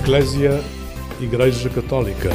Eclésia, Igreja Católica.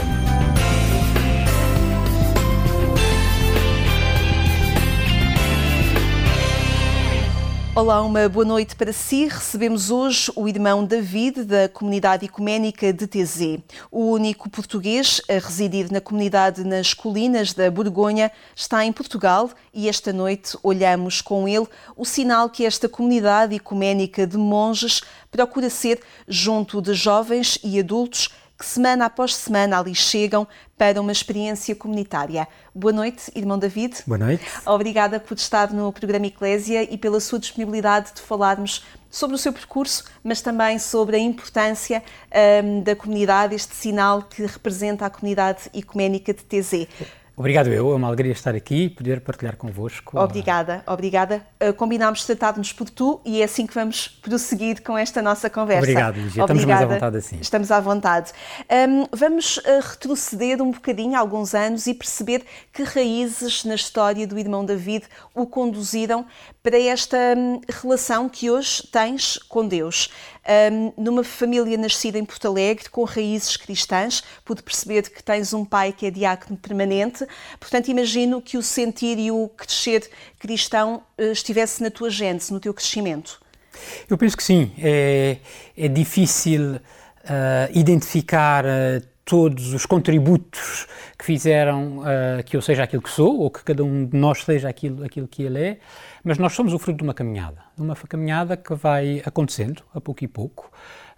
Olá, uma boa noite para si. Recebemos hoje o irmão David, da Comunidade Ecuménica de Taizé. O único português a residir na comunidade nas colinas da Borgonha está em Portugal e esta noite olhamos com ele o sinal que esta comunidade ecuménica de monges procura ser junto de jovens e adultos que semana após semana ali chegam para uma experiência comunitária. Boa noite, irmão David. Boa noite. Obrigada por estar no programa Eclésia e pela sua disponibilidade de falarmos sobre o seu percurso, mas também sobre a importância da comunidade, este sinal que representa a comunidade ecuménica de Taizé. Obrigado eu, é uma alegria estar aqui e poder partilhar convosco. Obrigada. Combinámos tratar-nos por tu e é assim que vamos prosseguir com esta nossa conversa. Obrigado, Lígia. Estamos mais à vontade assim. Estamos à vontade. Vamos retroceder um bocadinho, alguns anos, e perceber que raízes na história do irmão David o conduziram para esta relação que hoje tens com Deus. Numa família nascida em Porto Alegre, com raízes cristãs, pude perceber que tens um pai que é diácono permanente, portanto imagino que o sentir e o crescer cristão estivesse na tua gênese, no teu crescimento. Eu penso que sim, é difícil identificar todos os contributos que fizeram que eu seja aquilo que sou, ou que cada um de nós seja aquilo que ele é, mas nós somos o fruto de uma caminhada que vai acontecendo a pouco e pouco,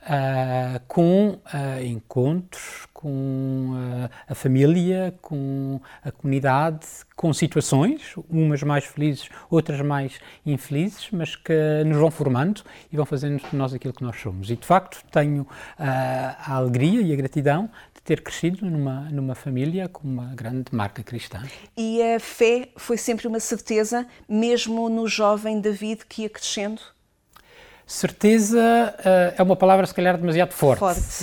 com encontros, com a família, com a comunidade, com situações, umas mais felizes, outras mais infelizes, mas que nos vão formando e vão fazendo de nós aquilo que nós somos. E, de facto, tenho a alegria e a gratidão de ter crescido numa família com uma grande marca cristã. E a fé foi sempre uma certeza, mesmo no jovem David que ia crescendo? Certeza é uma palavra se calhar demasiado forte.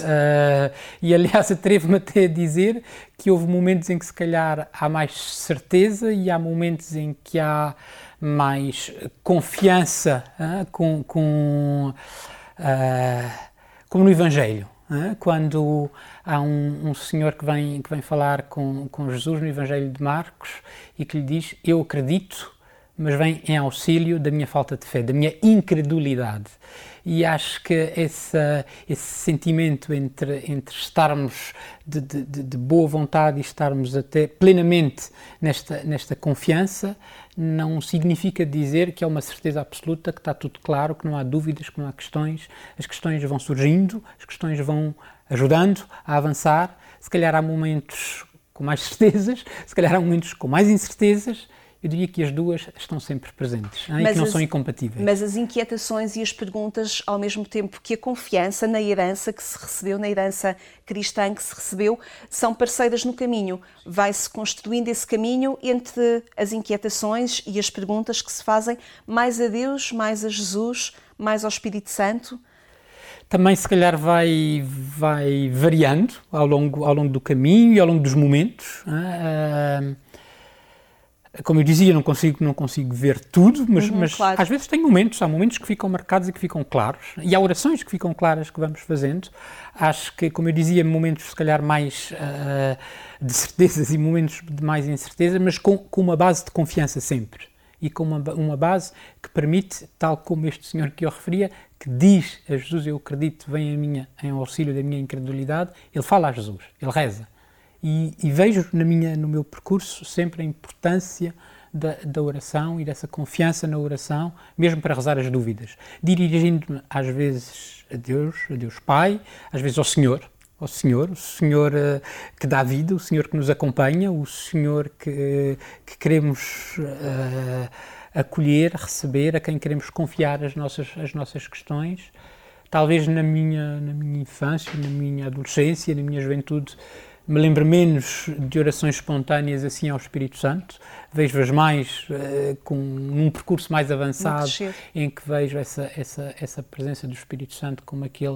E aliás atrevo-me até a dizer que houve momentos em que se calhar há mais certeza e há momentos em que há mais confiança, como no Evangelho. Quando há um senhor que vem falar com Jesus no Evangelho de Marcos e que lhe diz: eu acredito, mas vem em auxílio da minha falta de fé, da minha incredulidade. E acho que esse sentimento entre estarmos de boa vontade e estarmos até plenamente nesta confiança não significa dizer que é uma certeza absoluta, que está tudo claro, que não há dúvidas, que não há questões. As questões vão surgindo, as questões vão ajudando a avançar. Se calhar há momentos com mais certezas, se calhar há momentos com mais incertezas. Eu diria que as duas estão sempre presentes, e que não são incompatíveis. Mas as inquietações e as perguntas, ao mesmo tempo que a confiança na herança que se recebeu, na herança cristã que se recebeu, são parceiras no caminho. Vai-se construindo esse caminho entre as inquietações e as perguntas que se fazem mais a Deus, mais a Jesus, mais ao Espírito Santo. Também se calhar vai variando ao longo do caminho e ao longo dos momentos. Como eu dizia, não consigo ver tudo, mas claro. Às vezes há momentos que ficam marcados e que ficam claros, e há orações que ficam claras que vamos fazendo. Acho que, como eu dizia, momentos se calhar mais de certezas e momentos de mais incerteza, mas com uma base de confiança sempre, e com uma base que permite, tal como este senhor que eu referia, que diz a Jesus: eu acredito, vem em auxílio da minha incredulidade. Ele fala a Jesus, ele reza. E vejo no meu percurso sempre a importância da oração e dessa confiança na oração, mesmo para rezar as dúvidas, dirigindo-me às vezes a Deus Pai, às vezes ao Senhor, o Senhor que dá vida, o Senhor que nos acompanha, o Senhor que queremos acolher, receber, a quem queremos confiar as nossas questões. Talvez na minha infância, na minha adolescência, na minha juventude, me lembro menos de orações espontâneas assim ao Espírito Santo, vejo-as mais num percurso mais avançado, em que vejo essa presença do Espírito Santo como aquele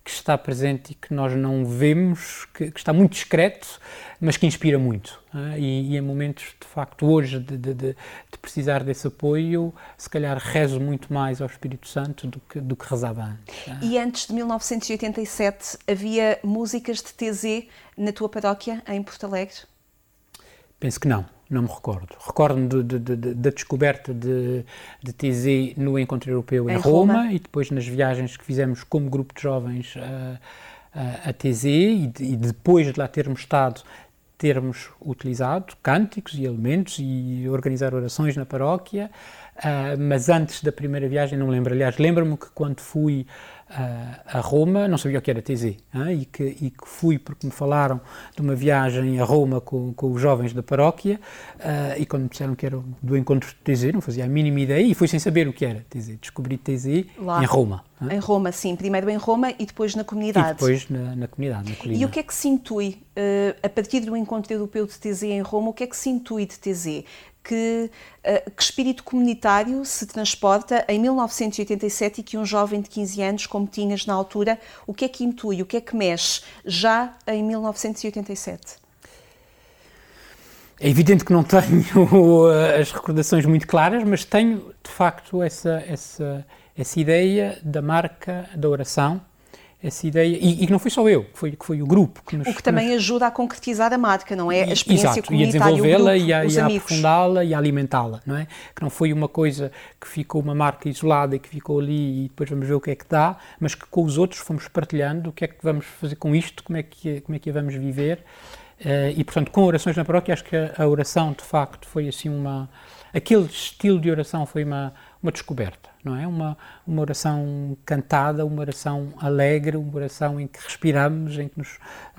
que está presente e que nós não vemos, que está muito discreto, mas que inspira muito. E em momentos, de facto, hoje, de precisar desse apoio, se calhar rezo muito mais ao Espírito Santo do que rezava antes. E antes de 1987, havia músicas de TZ na tua paróquia, em Porto Alegre? Penso que não me recordo. Recordo-me da descoberta de TZ no Encontro Europeu em Roma e depois nas viagens que fizemos como grupo de jovens a TZ e depois de lá termos estado, termos utilizado cânticos e elementos e organizar orações na paróquia, mas antes da primeira viagem não me lembro. Aliás, lembro-me que quando fui a Roma, não sabia o que era TZ, e que fui porque me falaram de uma viagem a Roma com os jovens da paróquia, e quando me disseram que era do encontro de TZ, não fazia a mínima ideia, e fui sem saber o que era TZ. Descobri TZ lá, em Roma. Em Roma, sim. Primeiro em Roma e depois na comunidade. E depois na comunidade, na colina. E o que é que se intui, a partir do encontro europeu de TZ em Roma, o que é que se intui de TZ? Que espírito comunitário se transporta em 1987 e que um jovem de 15 anos, como tinhas na altura, o que é que intui, o que é que mexe já em 1987? É evidente que não tenho as recordações muito claras, mas tenho, de facto, essa ideia da marca da oração, essa ideia, e que não foi só eu, que foi o grupo. O que também ajuda a concretizar a marca, não é? A experiência comunitária, e a desenvolvê-la e a aprofundá-la e a alimentá-la, não é? Que não foi uma coisa que ficou uma marca isolada e que ficou ali e depois vamos ver o que é que dá, mas que com os outros fomos partilhando o que é que vamos fazer com isto, como é que a vamos viver. E, portanto, com orações na paróquia, acho que a oração, de facto, foi assim aquele estilo de oração foi uma descoberta, não é? Uma oração cantada, uma oração alegre, uma oração em que respiramos, em que nos...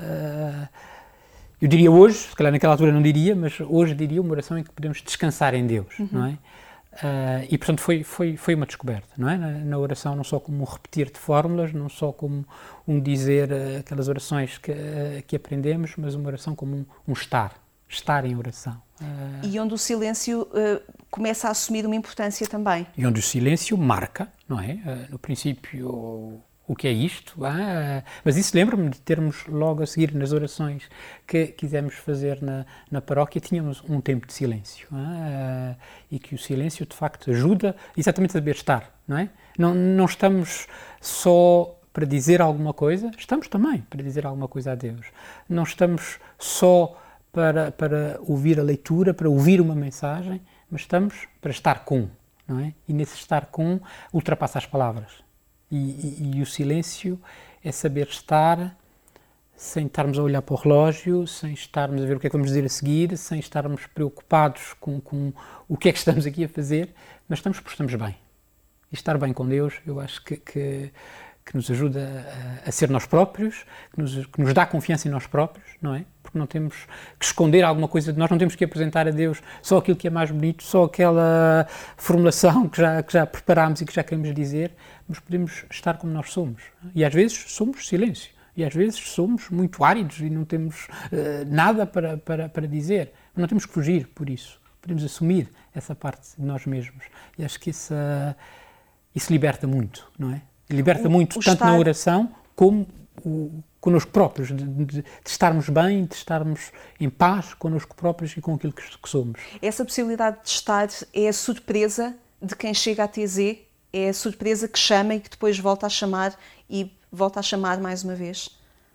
eu diria hoje, se calhar naquela altura não diria, mas hoje diria uma oração em que podemos descansar em Deus, não é? E, portanto, foi uma descoberta, não é? Na oração, não só como um repetir de fórmulas, não só como um dizer aquelas orações que aprendemos, mas uma oração como um estar em oração. E onde o silêncio começa a assumir uma importância também. E onde o silêncio marca, não é? No princípio, o que é isto? Mas isso lembra-me de termos logo a seguir nas orações que quisemos fazer na paróquia, tínhamos um tempo de silêncio. E que o silêncio, de facto, ajuda exatamente a saber estar, não é? Não estamos só para dizer alguma coisa, estamos também para dizer alguma coisa a Deus. Não estamos só para ouvir a leitura, para ouvir uma mensagem, mas estamos para estar com, não é? E nesse estar com ultrapassa as palavras. E o silêncio é saber estar sem estarmos a olhar para o relógio, sem estarmos a ver o que é que vamos dizer a seguir, sem estarmos preocupados com o que é que estamos aqui a fazer, mas estamos porque estamos bem. E estar bem com Deus, eu acho que nos ajuda a ser nós próprios, que nos dá confiança em nós próprios, não é? Porque não temos que esconder alguma coisa de nós, não temos que apresentar a Deus só aquilo que é mais bonito, só aquela formulação que já preparámos e que já queremos dizer, mas podemos estar como nós somos. E às vezes somos silêncio, e às vezes somos muito áridos e não temos nada para dizer, mas não temos que fugir por isso. Podemos assumir essa parte de nós mesmos. E acho que isso liberta muito, não é? Liberta muito, tanto na oração como connosco próprios, de estarmos bem, de estarmos em paz connosco próprios e com aquilo que somos. Essa possibilidade de estar é a surpresa de quem chega à TZ? É a surpresa que chama e que depois volta a chamar e volta a chamar mais uma vez?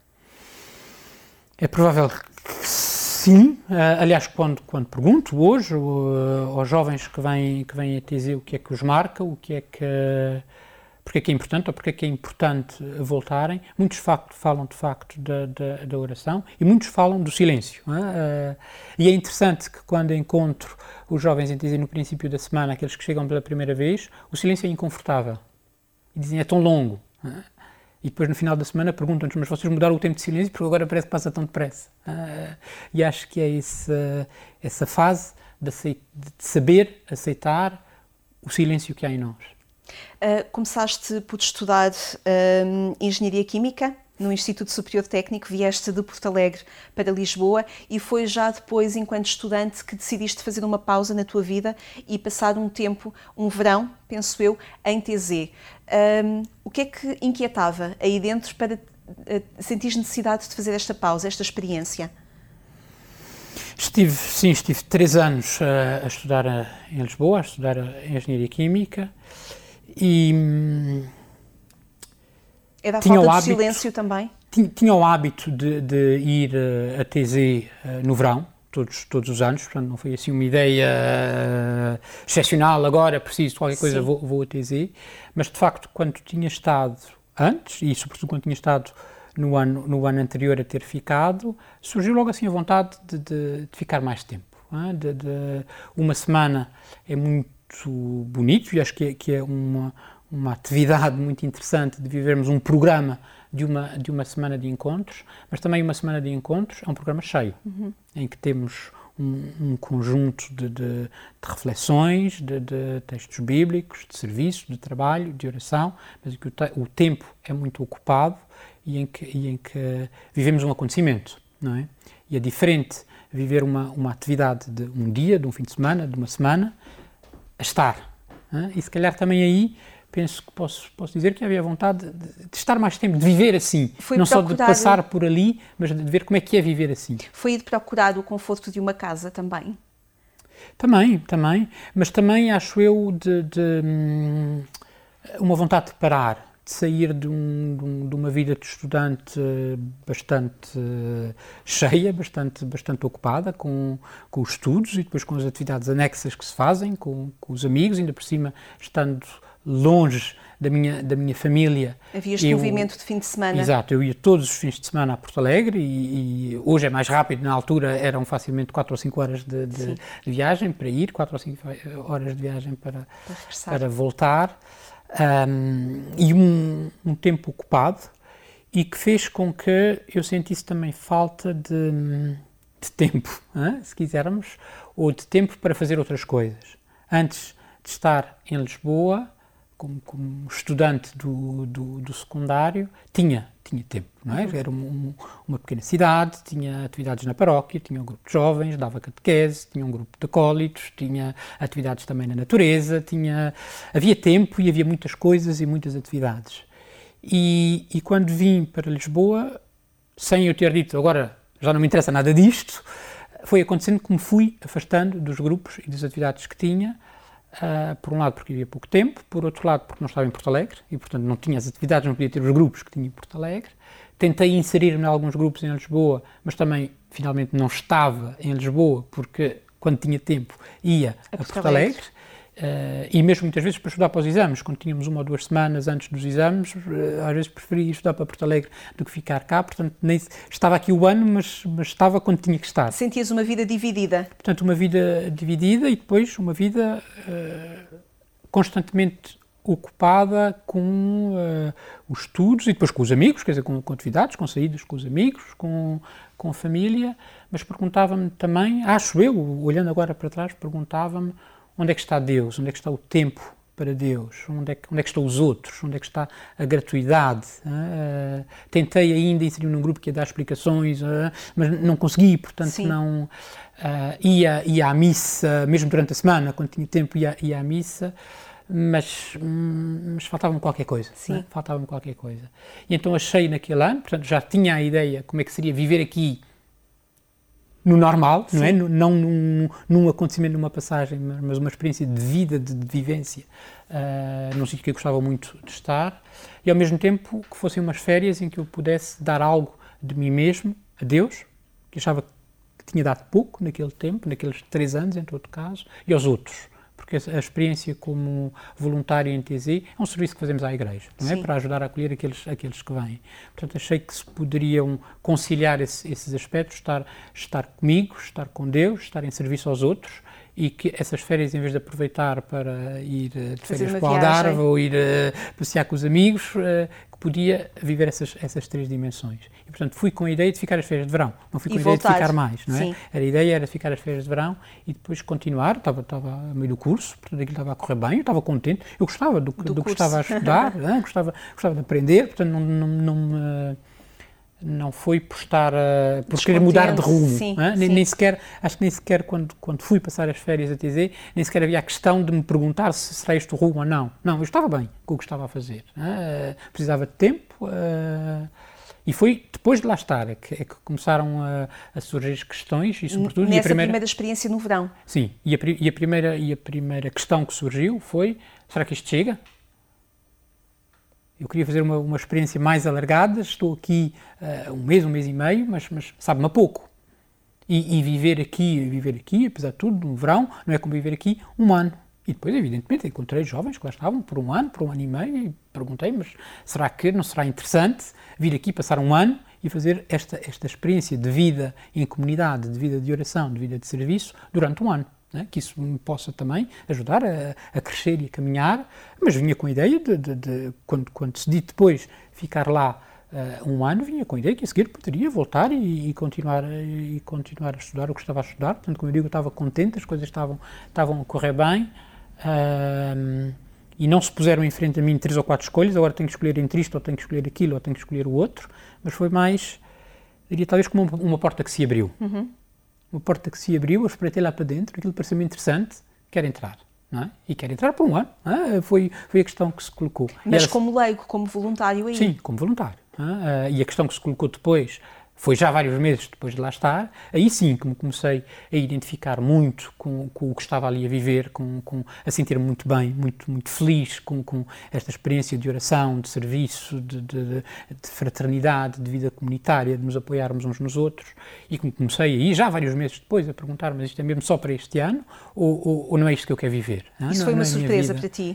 É provável que sim. Aliás, quando pergunto hoje aos jovens que vêm a TZ o que é que os marca, porque é que é importante ou porque é que é importante voltarem, muitos falam de facto da oração e muitos falam do silêncio. E é interessante que quando encontro os jovens em TZ no princípio da semana, aqueles que chegam pela primeira vez, o silêncio é inconfortável. E dizem, é tão longo. E depois no final da semana perguntam-nos, mas vocês mudaram o tempo de silêncio porque agora parece que passa tão depressa. E acho que é essa fase de saber aceitar o silêncio que há em nós. Começaste por estudar Engenharia Química no Instituto Superior Técnico, vieste de Porto Alegre para Lisboa e foi já depois, enquanto estudante, que decidiste fazer uma pausa na tua vida e passar um tempo, um verão, penso eu, em TZ. O que é que inquietava aí dentro para sentir necessidade de fazer esta pausa, esta experiência? Estive 3 anos a estudar em Lisboa, a estudar Engenharia Química e era a falta de silêncio também? Tinha o hábito de ir a TZ no verão, todos os anos, portanto não foi assim uma ideia excepcional, agora preciso de qualquer coisa, vou a TZ, mas de facto quando tinha estado antes, e sobretudo quando tinha estado no ano anterior a ter ficado, surgiu logo assim a vontade de ficar mais tempo. Uma semana é muito bonito e acho que é uma atividade muito interessante de vivermos um programa de uma semana de encontros, mas também uma semana de encontros é um programa cheio, em que temos um conjunto de reflexões, de textos bíblicos, de serviço, de trabalho, de oração, mas que o tempo é muito ocupado e em que vivemos um acontecimento, não é? E é diferente viver uma atividade de um dia, de um fim de semana, de uma semana, a estar. E se calhar também aí penso que posso dizer que havia vontade de estar mais tempo, de viver assim. Não só de passar por ali, mas de ver como é que é viver assim. Foi ir procurar o conforto de uma casa também? Também, mas também acho eu de uma vontade de parar, de sair de uma vida de estudante bastante cheia, bastante ocupada com os estudos e depois com as atividades anexas que se fazem, com os amigos, ainda por cima estando longe da minha família. Havia este movimento de fim de semana. Exato, eu ia todos os fins de semana a Porto Alegre e hoje é mais rápido, na altura eram facilmente 4 ou 5 horas de viagem para ir, 4 ou 5 horas de viagem para voltar. E um tempo ocupado e que fez com que eu sentisse também falta de tempo, se quisermos, ou de tempo para fazer outras coisas. Antes de estar em Lisboa, como estudante do secundário, tinha tempo, não é? Era uma pequena cidade, tinha atividades na paróquia, tinha um grupo de jovens, dava catequese, tinha um grupo de acólitos, tinha atividades também na natureza, havia tempo e havia muitas coisas e muitas atividades. E quando vim para Lisboa, sem eu ter dito, agora já não me interessa nada disto, foi acontecendo que me fui afastando dos grupos e das atividades que tinha, por um lado porque havia pouco tempo, por outro lado porque não estava em Porto Alegre e portanto não tinha as atividades, não podia ter os grupos que tinha em Porto Alegre. Tentei inserir-me em alguns grupos em Lisboa, mas também finalmente não estava em Lisboa porque quando tinha tempo ia a Porto Alegre. E mesmo muitas vezes para estudar para os exames, quando tínhamos 1 ou 2 semanas antes dos exames, às vezes preferia estudar para Porto Alegre do que ficar cá, portanto nem estava aqui o ano, mas estava quando tinha que estar. Sentias uma vida dividida? Portanto, uma vida dividida e depois uma vida constantemente ocupada com os estudos e depois com os amigos, quer dizer, com atividades, com saídas com os amigos, com a família, mas perguntava-me também, acho eu, olhando agora para trás, perguntava-me onde é que está Deus, onde é que está o tempo para Deus, onde é que estão os outros, onde é que está a gratuidade. Tentei ainda inserir-me num grupo que ia dar explicações, mas não consegui, portanto não ia à missa, mesmo durante a semana, quando tinha tempo ia à missa, mas faltava-me qualquer coisa. Faltava-me qualquer coisa. E então achei naquele ano, portanto já tinha a ideia como é que seria viver aqui no normal, não é? Não num acontecimento, numa passagem, mas uma experiência de vida, de vivência, num sítio que eu gostava muito de estar, e ao mesmo tempo que fossem umas férias em que eu pudesse dar algo de mim mesmo a Deus, que achava que tinha dado pouco naquele tempo, naqueles 3 anos em todo caso, e aos outros. Porque a experiência como voluntário em TZ é um serviço que fazemos à Igreja, não é? Para ajudar a acolher aqueles que vêm. Portanto, achei que se poderiam conciliar esses aspectos, estar comigo, estar com Deus, estar em serviço aos outros, e que essas férias, em vez de aproveitar para ir de férias para o Algarve ou ir passear com os amigos, que podia viver essas 3 dimensões. E, portanto, fui com a ideia de ficar as férias de verão, não fui com a ideia de ficar mais, não é? A ideia era ficar as férias de verão e depois continuar, estava a meio do curso, portanto aquilo estava a correr bem, eu estava contente, eu gostava do que estava a estudar, gostava de aprender, portanto não foi por querer mudar de rumo. Sim, nem sequer, acho que nem sequer quando fui passar as férias a TZ, nem sequer havia a questão de me perguntar se será este o rumo ou não. Não, eu estava bem com o que estava a fazer. Precisava de tempo e foi depois de lá estar é que começaram a surgir as questões e sobretudo... Nessa primeira experiência no verão. Sim, e a primeira questão que surgiu foi, será que isto chega? Eu queria fazer uma experiência mais alargada, estou aqui um mês e meio, mas sabe-me a pouco. E viver aqui, apesar de tudo, no verão, não é como viver aqui um ano. E depois, evidentemente, encontrei jovens que lá estavam por um ano e meio, e perguntei, mas será que não será interessante vir aqui passar um ano e fazer esta experiência de vida em comunidade, de vida de oração, de vida de serviço, durante um ano? Que isso me possa também ajudar a crescer e a caminhar, mas vinha com a ideia de quando decidi depois ficar lá um ano, vinha com a ideia que a seguir poderia voltar e continuar a estudar o que estava a estudar. Portanto, como eu digo, eu estava contente, as coisas estavam a correr bem e não se puseram em frente a mim 3 ou 4 escolhas, agora tenho que escolher entre isto, ou tenho que escolher aquilo, ou tenho que escolher o outro, mas foi mais, diria talvez como uma porta que se abriu. Uma porta que se abriu, eu espreitei lá para dentro, aquilo pareceu-me interessante, quero entrar, não é? E quero entrar por um ano, foi a questão que se colocou. Mas como leigo, como voluntário aí? Sim, como voluntário. E a questão que se colocou depois, foi já vários meses depois de lá estar, aí sim que me comecei a identificar muito com o que estava ali a viver, a sentir-me muito bem, muito feliz com esta experiência de oração, de serviço, de fraternidade, de vida comunitária, de nos apoiarmos uns nos outros, e comecei aí, já vários meses depois, a perguntar, mas isto é mesmo só para este ano, ou não é isto que eu quero viver? Isso foi uma surpresa para ti?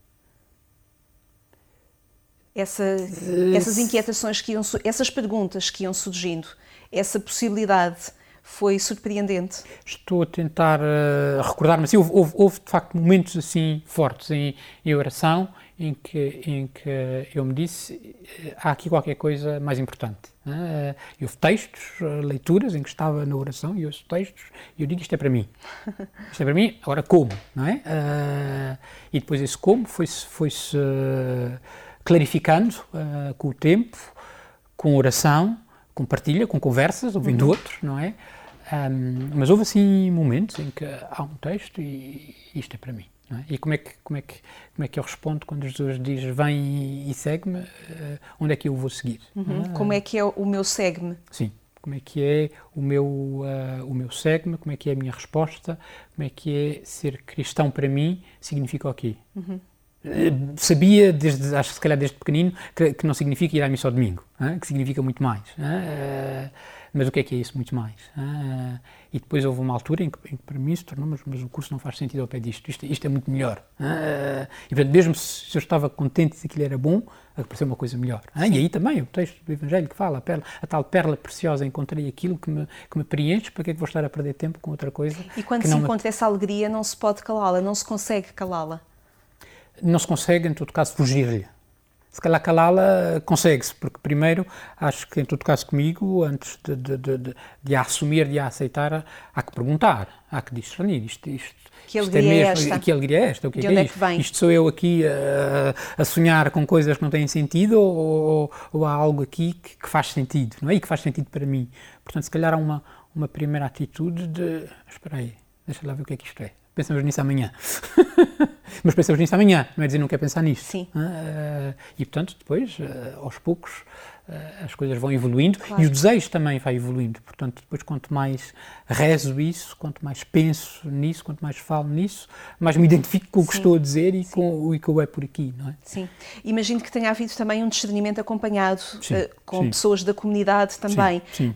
Essas inquietações, essas perguntas que iam surgindo, essa possibilidade foi surpreendente? Estou a tentar recordar-me, assim, houve de facto momentos assim fortes em oração em que eu me disse, há aqui qualquer coisa mais importante. E houve textos, leituras em que estava na oração e ouço textos e eu digo, isto é para mim. Isto é para mim, agora como, não é? E depois esse como foi-se clarificando com o tempo, com oração, com partilha, com conversas, ouvindo outros, não é? Mas houve assim momentos em que há um texto e isto é para mim. Não é? E como é que eu respondo quando Jesus diz vem e segue-me, onde é que eu vou seguir? Como é que é o meu segue-me? Sim, como é que é o meu segue-me, como é que é a minha resposta, como é que é ser cristão para mim, significa o quê? Sabia, acho que se calhar desde pequenino, que não significa ir à missa ao domingo, que significa muito mais. Mas o que é isso muito mais? E depois houve uma altura em que para mim se tornou, mas o curso não faz sentido ao pé disto, isto é muito melhor. E portanto, mesmo se eu estava contente de que aquilo era bom, apareceu uma coisa melhor. E aí também o texto do Evangelho que fala, a tal perla preciosa, encontrei aquilo que me preenche, para que é que vou estar a perder tempo com outra coisa? E quando se encontra essa alegria, não se pode calá-la, não se consegue calá-la? Não se consegue, em todo caso, fugir-lhe. Se calhar calá-la consegue-se, porque primeiro, acho que em todo caso comigo, antes de a assumir, de a aceitar, há que perguntar, há que discernir que alegria é esta? Que alegria é esta? O que de é onde que é que vem? Isto sou eu aqui a sonhar com coisas que não têm sentido ou há algo aqui que faz sentido, não é? E que faz sentido para mim. Portanto, se calhar há uma primeira atitude de, espera aí, deixa lá ver o que é que isto é. Pensamos nisso amanhã. Mas pensamos nisso amanhã, não é dizer não quer pensar nisso. Sim. E portanto, depois, aos poucos, as coisas vão evoluindo, claro. E o desejo também vai evoluindo. Portanto, depois quanto mais rezo isso, quanto mais penso nisso, quanto mais falo nisso, mais me identifico com o que estou a dizer e com o que eu é por aqui, não é? Sim. Imagino que tenha havido também um discernimento acompanhado com sim. pessoas da comunidade também. Sim.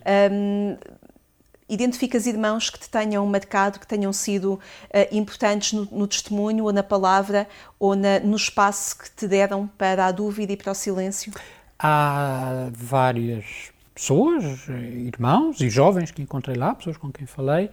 Identificas irmãos que te tenham marcado, que tenham sido importantes no testemunho ou na palavra ou no espaço que te deram para a dúvida e para o silêncio? Há várias pessoas, irmãos e jovens que encontrei lá, pessoas com quem falei,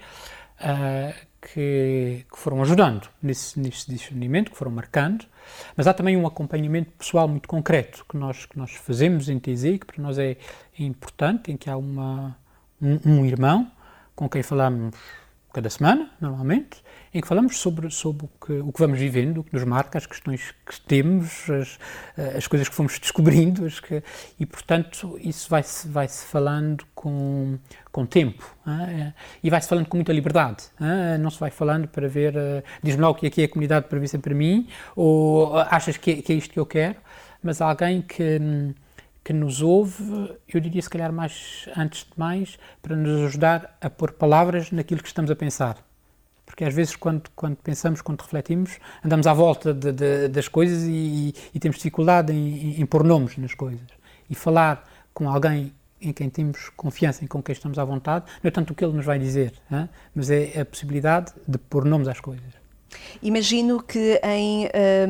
que foram ajudando nesse discernimento, que foram marcando, mas há também um acompanhamento pessoal muito concreto que nós fazemos em TZ, que para nós é importante, em que há um irmão com quem falamos época da semana, normalmente, em que falamos sobre o que vamos vivendo, o que nos marca, as questões que temos, as coisas que fomos descobrindo, e, portanto, isso vai-se falando com tempo, e vai-se falando com muita liberdade. Não se vai falando para ver, diz-me lá o que é a comunidade para ver se é para mim, ou achas que é isto que eu quero, mas alguém que nos ouve, eu diria se calhar antes de mais, para nos ajudar a pôr palavras naquilo que estamos a pensar. Porque às vezes quando pensamos, quando refletimos, andamos à volta das coisas e temos dificuldade em pôr nomes nas coisas. E falar com alguém em quem temos confiança, com quem estamos à vontade, não é tanto o que ele nos vai dizer, mas é a possibilidade de pôr nomes às coisas. Imagino que em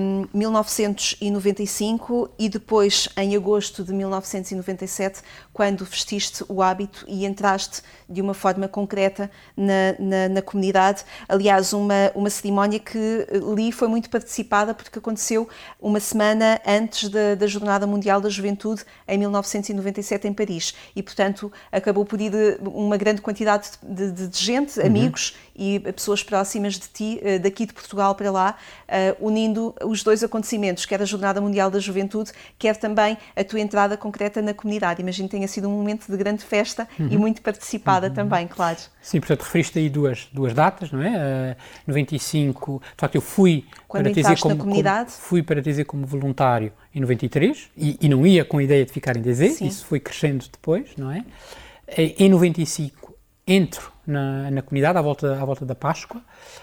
1995 e depois em agosto de 1997, quando vestiste o hábito e entraste de uma forma concreta na comunidade. Aliás, uma cerimónia que li foi muito participada porque aconteceu uma semana antes da Jornada Mundial da Juventude, em 1997 em Paris. E, portanto, acabou por ir uma grande quantidade de gente, amigos e pessoas próximas de ti, daqui de Portugal para lá, unindo os dois acontecimentos, quer a Jornada Mundial da Juventude, quer também a tua entrada concreta na comunidade. Imagino que tenha sido um momento de grande festa e muito participada também, claro. Sim, portanto, referiste aí duas datas, não é? 95, de facto eu fui para TZ como voluntário em 93 e não ia com a ideia de ficar em TZ, isso foi crescendo depois, não é? Em 95 entro na comunidade à volta da Páscoa,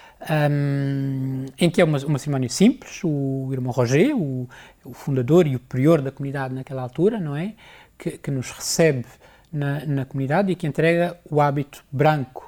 em que é uma cerimónia simples. O irmão Roger, o fundador e o prior da comunidade naquela altura, não é? Que nos recebe na comunidade e que entrega o hábito branco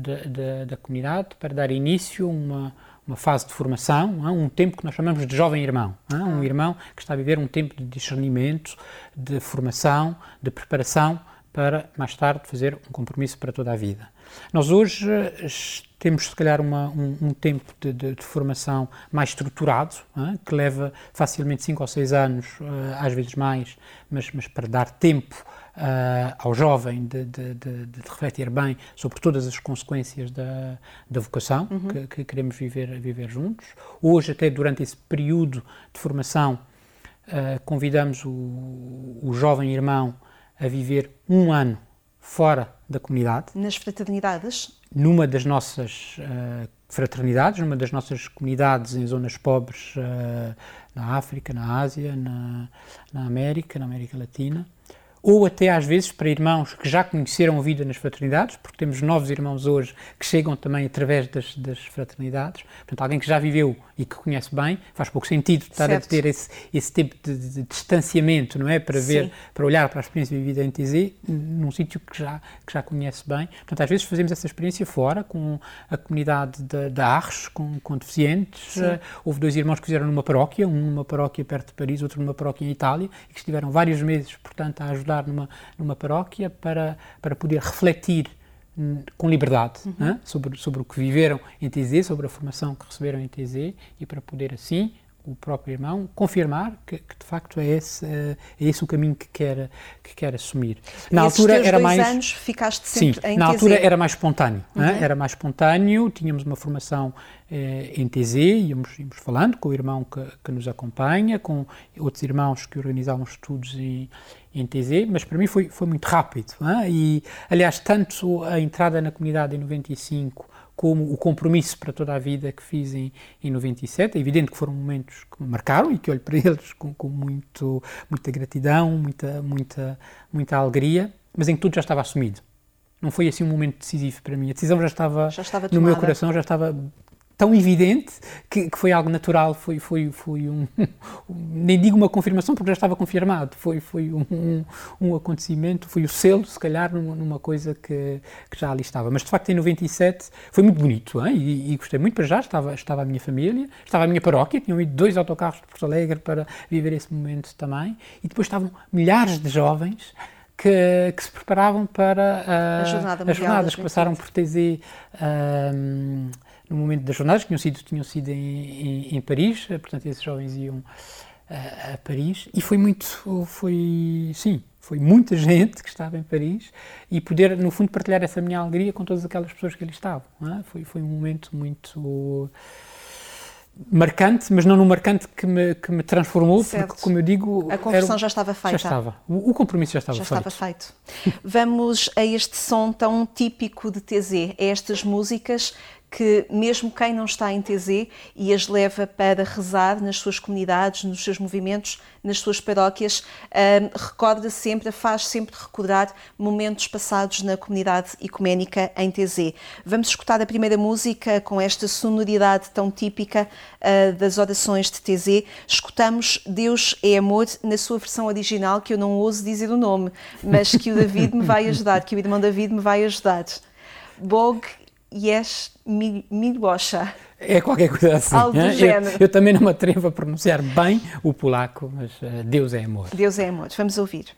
da comunidade para dar início a uma fase de formação, um tempo que nós chamamos de jovem irmão, um irmão que está a viver um tempo de discernimento, de formação, de preparação para mais tarde fazer um compromisso para toda a vida. Nós hoje temos, se calhar, um tempo de formação mais estruturado, que leva facilmente 5 ou 6 anos, às vezes mais, mas para dar tempo ao jovem de refletir bem sobre todas as consequências da vocação que queremos viver juntos. Hoje, até durante esse período de formação, convidamos o jovem irmão a viver um ano fora da comunidade. Nas fraternidades? Numa das nossas fraternidades, numa das nossas comunidades em zonas pobres, na África, na Ásia, na América Latina. Ou até às vezes para irmãos que já conheceram a vida nas fraternidades, porque temos novos irmãos hoje que chegam também através das fraternidades. Portanto, alguém que já viveu e que conhece bem, faz pouco sentido estar a ter esse tipo de distanciamento, não é? Para ver, para olhar para a experiência vivida em TZ, num sítio que já conhece bem. Portanto, às vezes fazemos essa experiência fora, com a comunidade de Arres, com deficientes. Houve 2 irmãos que fizeram numa paróquia, um numa paróquia perto de Paris, outro numa paróquia em Itália, e que estiveram vários meses, portanto, a ajudar numa paróquia para poder refletir com liberdade sobre o que viveram em TZ, sobre a formação que receberam em TZ e para poder assim o próprio irmão confirmar que de facto é esse o caminho que quer assumir. Na altura era mais anos ficaste sempre em na TZ. Altura era mais espontâneo, era mais espontâneo, tínhamos uma formação em TZ, íamos falando com o irmão que nos acompanha, com outros irmãos que organizavam estudos em TZ, mas para mim foi muito rápido, e aliás tanto a entrada na comunidade em 95 como o compromisso para toda a vida que fiz em 97, é evidente que foram momentos que me marcaram e que olho para eles com muita gratidão, muita alegria, mas em que tudo já estava assumido. Não foi assim um momento decisivo para mim, a decisão já estava no meu coração, já estava tão evidente que foi algo natural, foi nem digo uma confirmação porque já estava confirmado, foi um acontecimento, foi o selo, se calhar, numa coisa que já ali estava. Mas de facto em 97 foi muito bonito, e gostei muito. Para já estava a minha família, estava a minha paróquia, tinham ido 2 autocarros de Porto Alegre para viver esse momento também, e depois estavam milhares de jovens que se preparavam para as jornadas que passaram por TZ no momento das jornadas, que tinham sido em Paris, portanto esses jovens iam a Paris, e foi muita gente que estava em Paris, e poder, no fundo, partilhar essa minha alegria com todas aquelas pessoas que ali estavam. Não é? Foi um momento muito marcante, mas não num marcante que me transformou, certo. Porque, como eu digo... A conversão já estava feita. Já estava. O compromisso já estava feito. Vamos a este som tão típico de TZ, a estas músicas que mesmo quem não está em TZ e as leva para rezar nas suas comunidades, nos seus movimentos, nas suas paróquias, faz sempre recordar momentos passados na comunidade ecuménica em TZ. Vamos escutar a primeira música com esta sonoridade tão típica das orações de TZ. Escutamos Deus é Amor na sua versão original, que eu não ouso dizer o nome, mas que o David me vai ajudar, que o irmão David me vai ajudar. Bog Yes Milosza. É qualquer coisa assim. Algo do género. Eu também não me atrevo a pronunciar bem o polaco, mas Deus é amor. Deus é amor. Vamos ouvir.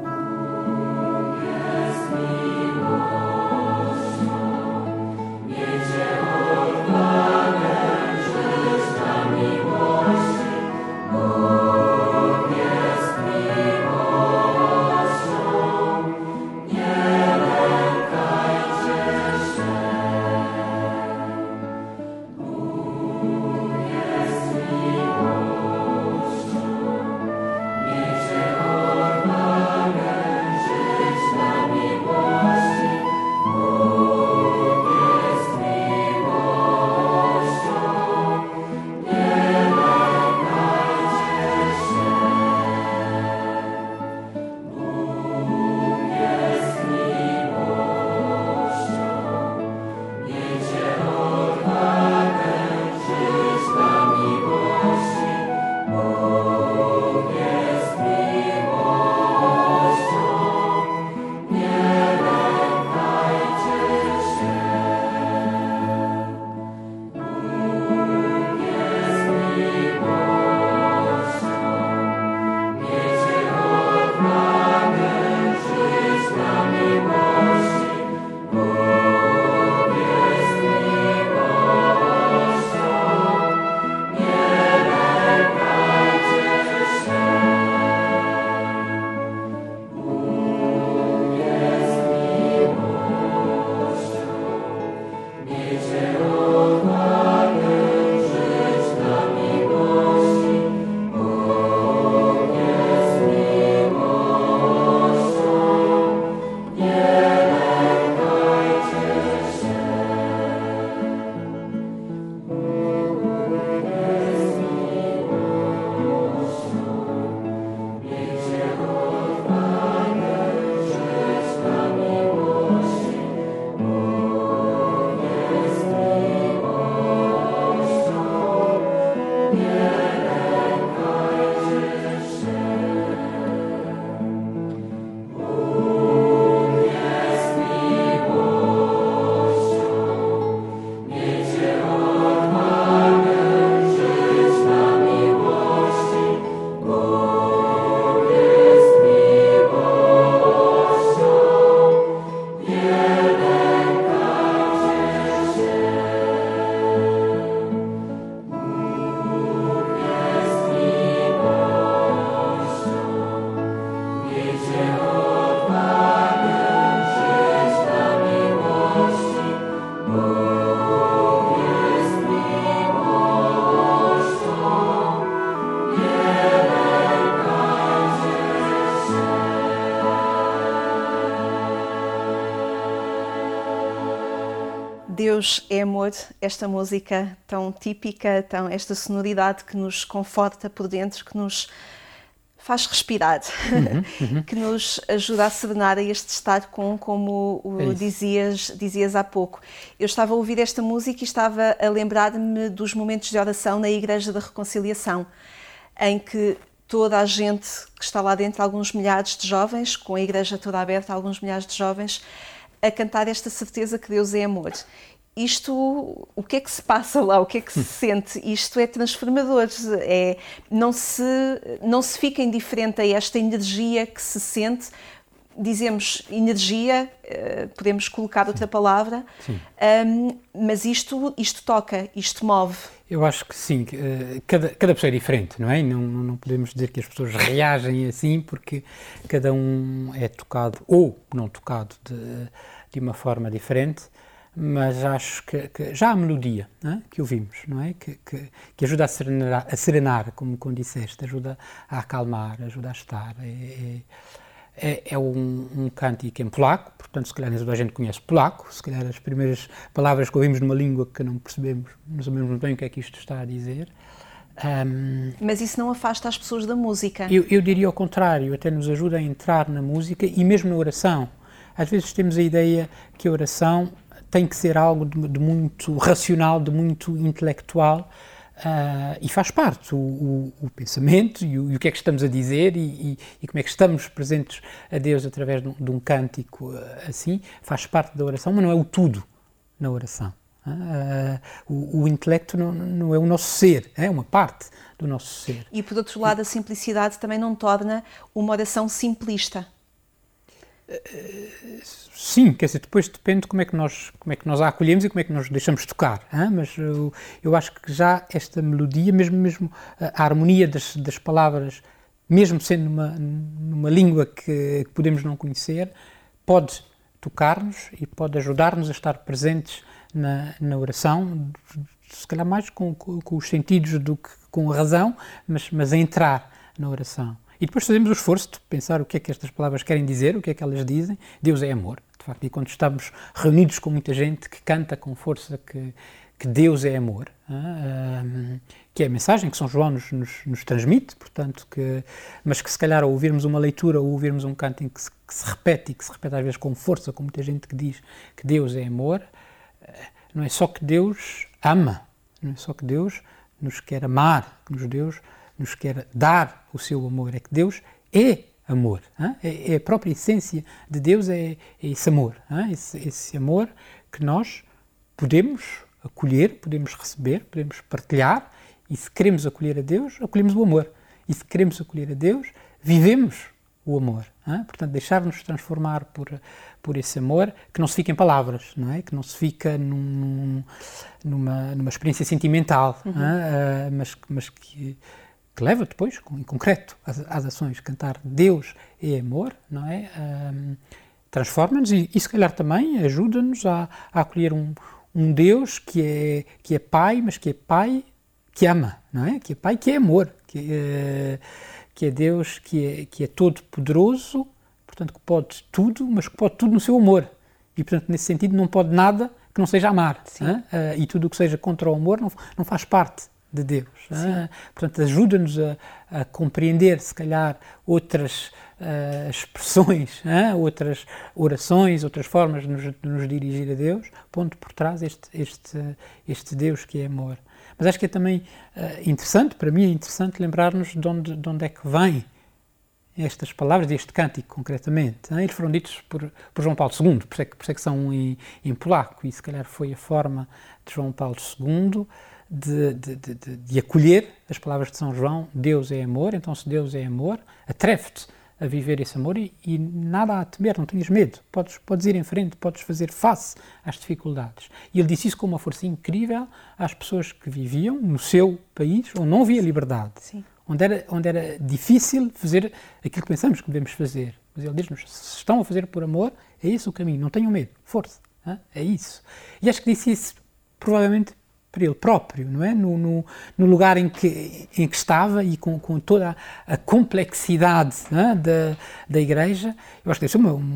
Deus é amor, esta música tão típica, esta sonoridade que nos conforta por dentro, que nos faz respirar, que nos ajuda a serenar a este estado como dizias há pouco. Eu estava a ouvir esta música e estava a lembrar-me dos momentos de oração na Igreja da Reconciliação, em que toda a gente que está lá dentro, alguns milhares de jovens, com a igreja toda aberta, alguns milhares de jovens, a cantar esta certeza que Deus é amor. Isto, o que é que se passa lá? O que é que se sente? Isto é transformador. Não se fica indiferente a esta energia que se sente dizemos energia, podemos colocar outra palavra, mas isto toca, isto move. Eu acho que sim, cada pessoa é diferente, não é? Não podemos dizer que as pessoas reagem assim, porque cada um é tocado ou não tocado de uma forma diferente, mas acho que já a melodia, não é? Que ouvimos, não é? Que ajuda a serenar, como disseste, ajuda a acalmar, ajuda a estar. É um cântico em polaco, portanto, se calhar nem toda a gente conhece polaco, se calhar as primeiras palavras que ouvimos numa língua que não percebemos, não sabemos bem o que é que isto está a dizer. Mas isso não afasta as pessoas da música? Eu diria ao contrário, até nos ajuda a entrar na música e mesmo na oração. Às vezes temos a ideia que a oração tem que ser algo de muito racional, de muito intelectual, e faz parte o pensamento e o que é que estamos a dizer e como é que estamos presentes a Deus através de um cântico assim, faz parte da oração, mas não é o tudo na oração. O intelecto não é o nosso ser, é uma parte do nosso ser. E por outro lado, a simplicidade também não torna uma oração simplista. Sim, quer dizer, depois depende de como é que nós a acolhemos e como é que nos deixamos tocar, mas eu acho que já esta melodia, mesmo a harmonia das palavras, mesmo sendo numa língua que podemos não conhecer, pode tocar-nos e pode ajudar-nos a estar presentes na oração, se calhar mais com os sentidos do que com a razão, mas a entrar na oração. E depois fazemos o esforço de pensar o que é que estas palavras querem dizer, o que é que elas dizem. Deus é amor, de facto, e quando estamos reunidos com muita gente que canta com força que Deus é amor, que é a mensagem que São João nos transmite, portanto, mas que se calhar ao ouvirmos uma leitura ou ouvirmos um canto em que se repete, e que se repete às vezes com força, com muita gente que diz que Deus é amor, não é só que Deus ama, não é só que Deus nos quer amar, que Deus nos quer dar o seu amor, é que Deus é amor, é a própria essência de Deus, é esse amor, esse amor que nós podemos acolher, podemos receber, podemos partilhar, e se queremos acolher a Deus, acolhemos o amor, e se queremos acolher a Deus, vivemos o amor, portanto deixar-nos transformar por esse amor, que não se fica em palavras, não é? Que não se fica numa experiência sentimental, mas que leva depois, em concreto, às ações. Cantar Deus é amor, não é? Transforma-nos e se calhar também ajuda-nos a acolher um Deus que é Pai, mas que é Pai que ama, não é? Que é Pai que é amor, que é Deus que é todo-poderoso, portanto que pode tudo, mas que pode tudo no seu amor. E portanto nesse sentido não pode nada que não seja amar. E tudo o que seja contra o amor não faz parte de Deus. Portanto, ajuda-nos a compreender, se calhar, outras expressões, outras orações, outras formas de nos dirigir a Deus, pondo por trás este Deus que é amor. Mas acho que é também interessante, para mim é interessante lembrar-nos de onde é que vêm estas palavras deste cântico, concretamente. Eles foram ditos por João Paulo II, por isso é que são em polaco, e se calhar foi a forma de João Paulo II de acolher as palavras de São João. Deus é amor, então se Deus é amor, atreve-te a viver esse amor e nada a temer, não tenhas medo, podes ir em frente, podes fazer face às dificuldades. E ele disse isso com uma força incrível às pessoas que viviam no seu país, onde não havia liberdade, onde era difícil fazer aquilo que pensamos que devemos fazer. Mas ele diz-nos, se estão a fazer por amor, é esse o caminho, não tenham medo, força, é isso. E acho que disse isso provavelmente para ele próprio, não é? No lugar em que estava e com toda a complexidade, da Igreja. Eu acho que deve ser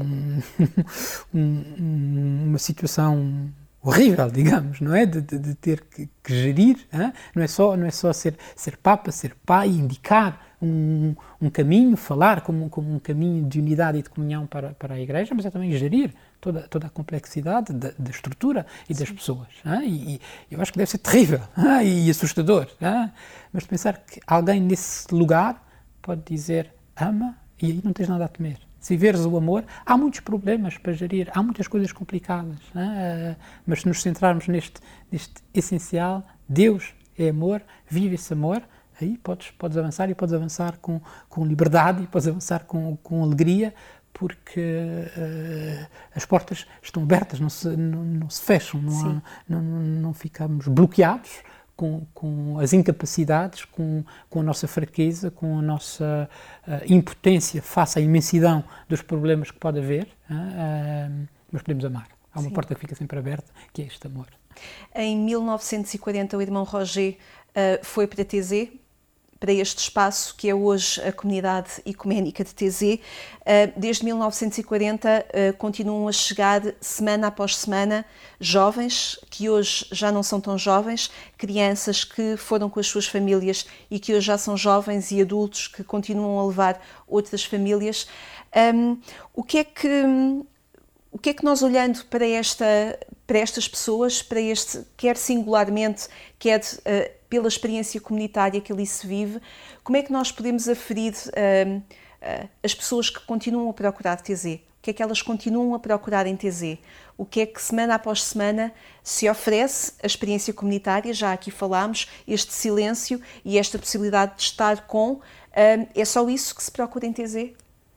uma situação horrível, digamos, não é? De ter que gerir, não é só ser Papa, ser Pai, indicar um caminho, falar como um caminho de unidade e de comunhão para a Igreja, mas é também gerir toda a complexidade da estrutura e das pessoas. E eu acho que deve ser terrível e assustador. Mas pensar que alguém nesse lugar pode dizer ama e aí não tens nada a temer. Se viveres o amor, há muitos problemas para gerir, há muitas coisas complicadas, mas se nos centrarmos neste essencial, Deus é amor, vive esse amor, aí podes avançar e podes avançar com liberdade e podes avançar com alegria, porque as portas estão abertas, não se fecham, não ficamos bloqueados com as incapacidades, com a nossa fraqueza, com a nossa impotência face à imensidão dos problemas que pode haver, mas podemos amar. Há uma porta que fica sempre aberta, que é este amor. Em 1940, o irmão Roger foi para TZ, para este espaço que é hoje a Comunidade Ecuménica de TZ. Desde 1940 continuam a chegar, semana após semana, jovens que hoje já não são tão jovens, crianças que foram com as suas famílias e que hoje já são jovens e adultos que continuam a levar outras famílias. O que é que nós, olhando para estas pessoas, para este, quer singularmente, quer pela experiência comunitária que ali se vive, como é que nós podemos aferir as pessoas que continuam a procurar TZ? O que é que elas continuam a procurar em TZ? O que é que semana após semana se oferece a experiência comunitária? Já aqui falámos, este silêncio e esta possibilidade de estar com. É só isso que se procura em TZ?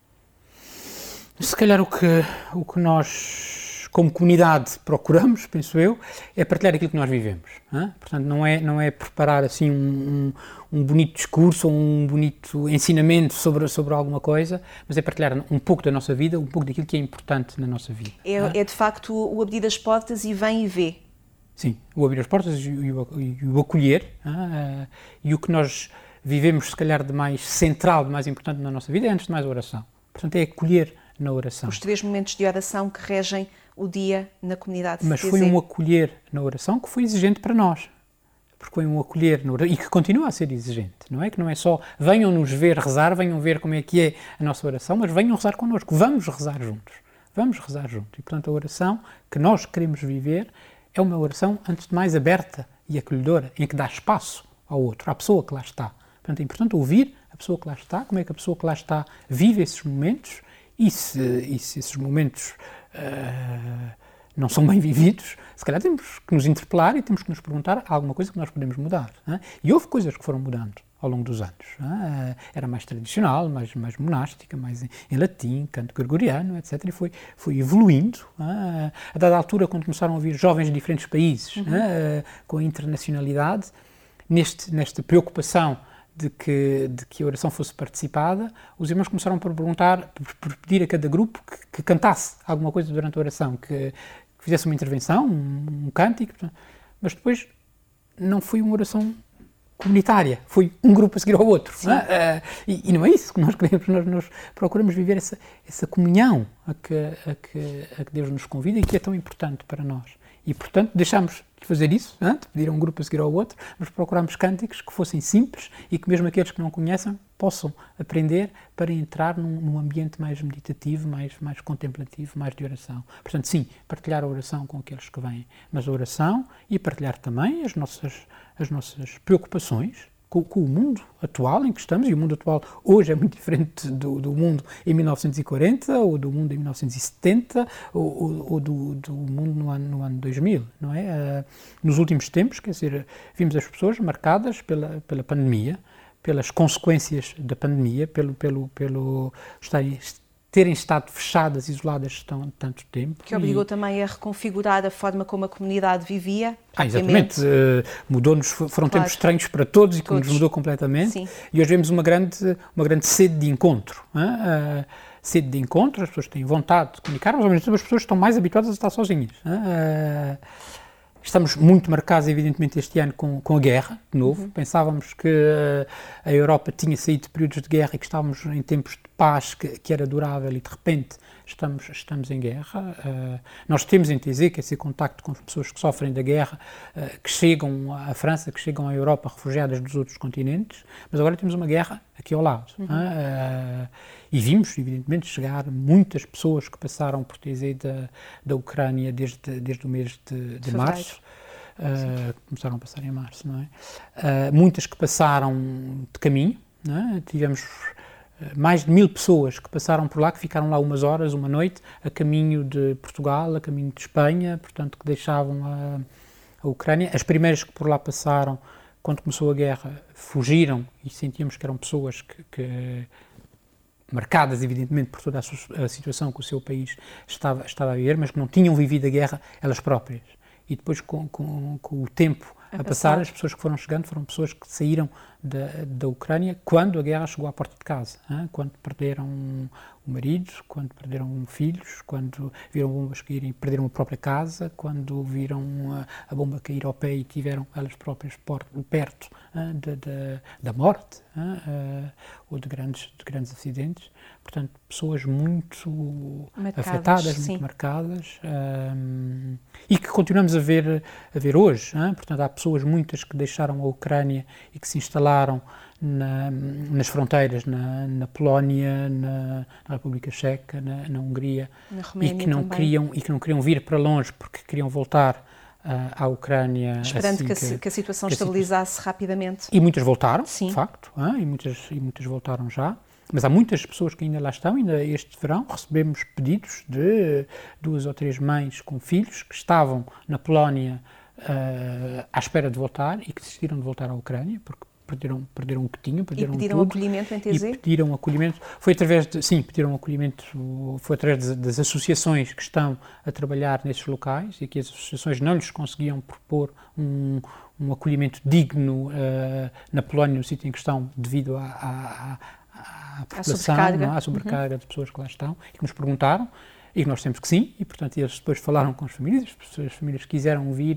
Se calhar o que nós, como comunidade, procuramos, penso eu, é partilhar aquilo que nós vivemos. Portanto, não é preparar assim um bonito discurso ou um bonito ensinamento sobre alguma coisa, mas é partilhar um pouco da nossa vida, um pouco daquilo que é importante na nossa vida. É de facto o abrir as portas e vem e vê. Sim, o abrir as portas e o acolher, e o que nós vivemos, se calhar, de mais central, de mais importante na nossa vida, é, antes de mais, a oração. Portanto, é acolher na oração. Os 3 momentos de oração que regem o dia na comunidade. Mas foi um acolher na oração que foi exigente para nós. Porque foi um acolher na oração, e que continua a ser exigente, não é? Que não é só venham nos ver rezar, venham ver como é que é a nossa oração, mas venham rezar connosco. Vamos rezar juntos. Vamos rezar juntos. E, portanto, a oração que nós queremos viver é uma oração, antes de mais, aberta e acolhedora, em que dá espaço ao outro, à pessoa que lá está. Portanto, é importante ouvir a pessoa que lá está, como é que a pessoa que lá está vive esses momentos. E se esses momentos não são bem vividos, se calhar temos que nos interpelar e temos que nos perguntar alguma coisa que nós podemos mudar. E houve coisas que foram mudando ao longo dos anos. Era mais tradicional, mais monástica, mais em latim, canto gregoriano, etc. E foi evoluindo. A dada altura, quando começaram a vir jovens de diferentes países, com a internacionalidade, nesta preocupação de que a oração fosse participada, os irmãos começaram por perguntar, por pedir a cada grupo que cantasse alguma coisa durante a oração, que fizesse uma intervenção, um cântico, mas depois não foi uma oração comunitária, foi um grupo a seguir ao outro. Não é? E não é isso que nós queremos, nós procuramos viver essa comunhão a que Deus nos convida e que é tão importante para nós. E, portanto, deixámos de fazer isso, de pedir a um grupo a seguir ao outro, mas procurámos cânticos que fossem simples e que mesmo aqueles que não conheçam possam aprender para entrar num ambiente mais meditativo, mais contemplativo, mais de oração. Portanto, sim, partilhar a oração com aqueles que vêm, mas a oração e partilhar também as nossas preocupações com o mundo atual em que estamos, e o mundo atual hoje é muito diferente do mundo em 1940, ou do mundo em 1970, ou do mundo no ano 2000, não é? Nos últimos tempos, quer dizer, vimos as pessoas marcadas pela pandemia, pelas consequências da pandemia, pelo terem estado fechadas, isoladas tanto tempo. Que obrigou também a reconfigurar a forma como a comunidade vivia. Exatamente. Mudou-nos, foram tempos estranhos para todos e que nos mudou completamente. Sim. E hoje vemos uma grande sede de encontro. Sede de encontro, as pessoas têm vontade de comunicar, mas ao mesmo tempo as pessoas estão mais habituadas a estar sozinhas. Estamos muito marcados, evidentemente, este ano com a guerra, de novo. Pensávamos que a Europa tinha saído de períodos de guerra e que estávamos em tempos de paz que era durável e, de repente, estamos em guerra. Nós temos em TZ, que é esse contacto com as pessoas que sofrem da guerra, que chegam à França, que chegam à Europa refugiadas dos outros continentes, mas agora temos uma guerra aqui ao lado. E vimos, evidentemente, chegar muitas pessoas que passaram por TZ da Ucrânia desde o mês de março. Começaram a passar em março, não é? Muitas que passaram de caminho, não é? Tivemos mais de 1000 pessoas que passaram por lá, que ficaram lá umas horas, uma noite, a caminho de Portugal, a caminho de Espanha, portanto, que deixavam a Ucrânia. As primeiras que por lá passaram, quando começou a guerra, fugiram e sentíamos que eram pessoas que marcadas evidentemente por toda a situação que o seu país estava a viver, mas que não tinham vivido a guerra elas próprias. E depois, com o tempo a passar, as pessoas que foram chegando foram pessoas que saíram da Ucrânia quando a guerra chegou à porta de casa, quando perderam o marido, quando perderam filhos, quando viram bombas caírem e perderam a própria casa, quando viram a bomba cair ao pé e tiveram elas próprias perto da morte ou de grandes acidentes. Portanto, pessoas muito afetadas, muito marcadas, e que continuamos a ver hoje. Portanto, há pessoas muitas que deixaram a Ucrânia e que se instalaram nas fronteiras, na Polónia, na República Checa, na Hungria, na Roménia, e que não queriam vir para longe porque queriam voltar à Ucrânia. Esperando que a situação estabilizasse rapidamente. E muitas voltaram, sim, de facto, e muitas voltaram já. Mas há muitas pessoas que ainda lá estão. Ainda este verão recebemos pedidos de 2 ou 3 mães com filhos que estavam na Polónia à espera de voltar e que desistiram de voltar à Ucrânia porque perderam o que tinham, perderam tudo. Acolhimento em TZ? E pediram acolhimento. Pediram acolhimento, foi através das associações que estão a trabalhar nesses locais e que as associações não lhes conseguiam propor um acolhimento digno na Polónia, no sítio em questão, devido à população, à sobrecarga de pessoas que lá estão, e que nos perguntaram, e que nós temos que sim, e portanto eles depois falaram com as famílias quiseram vir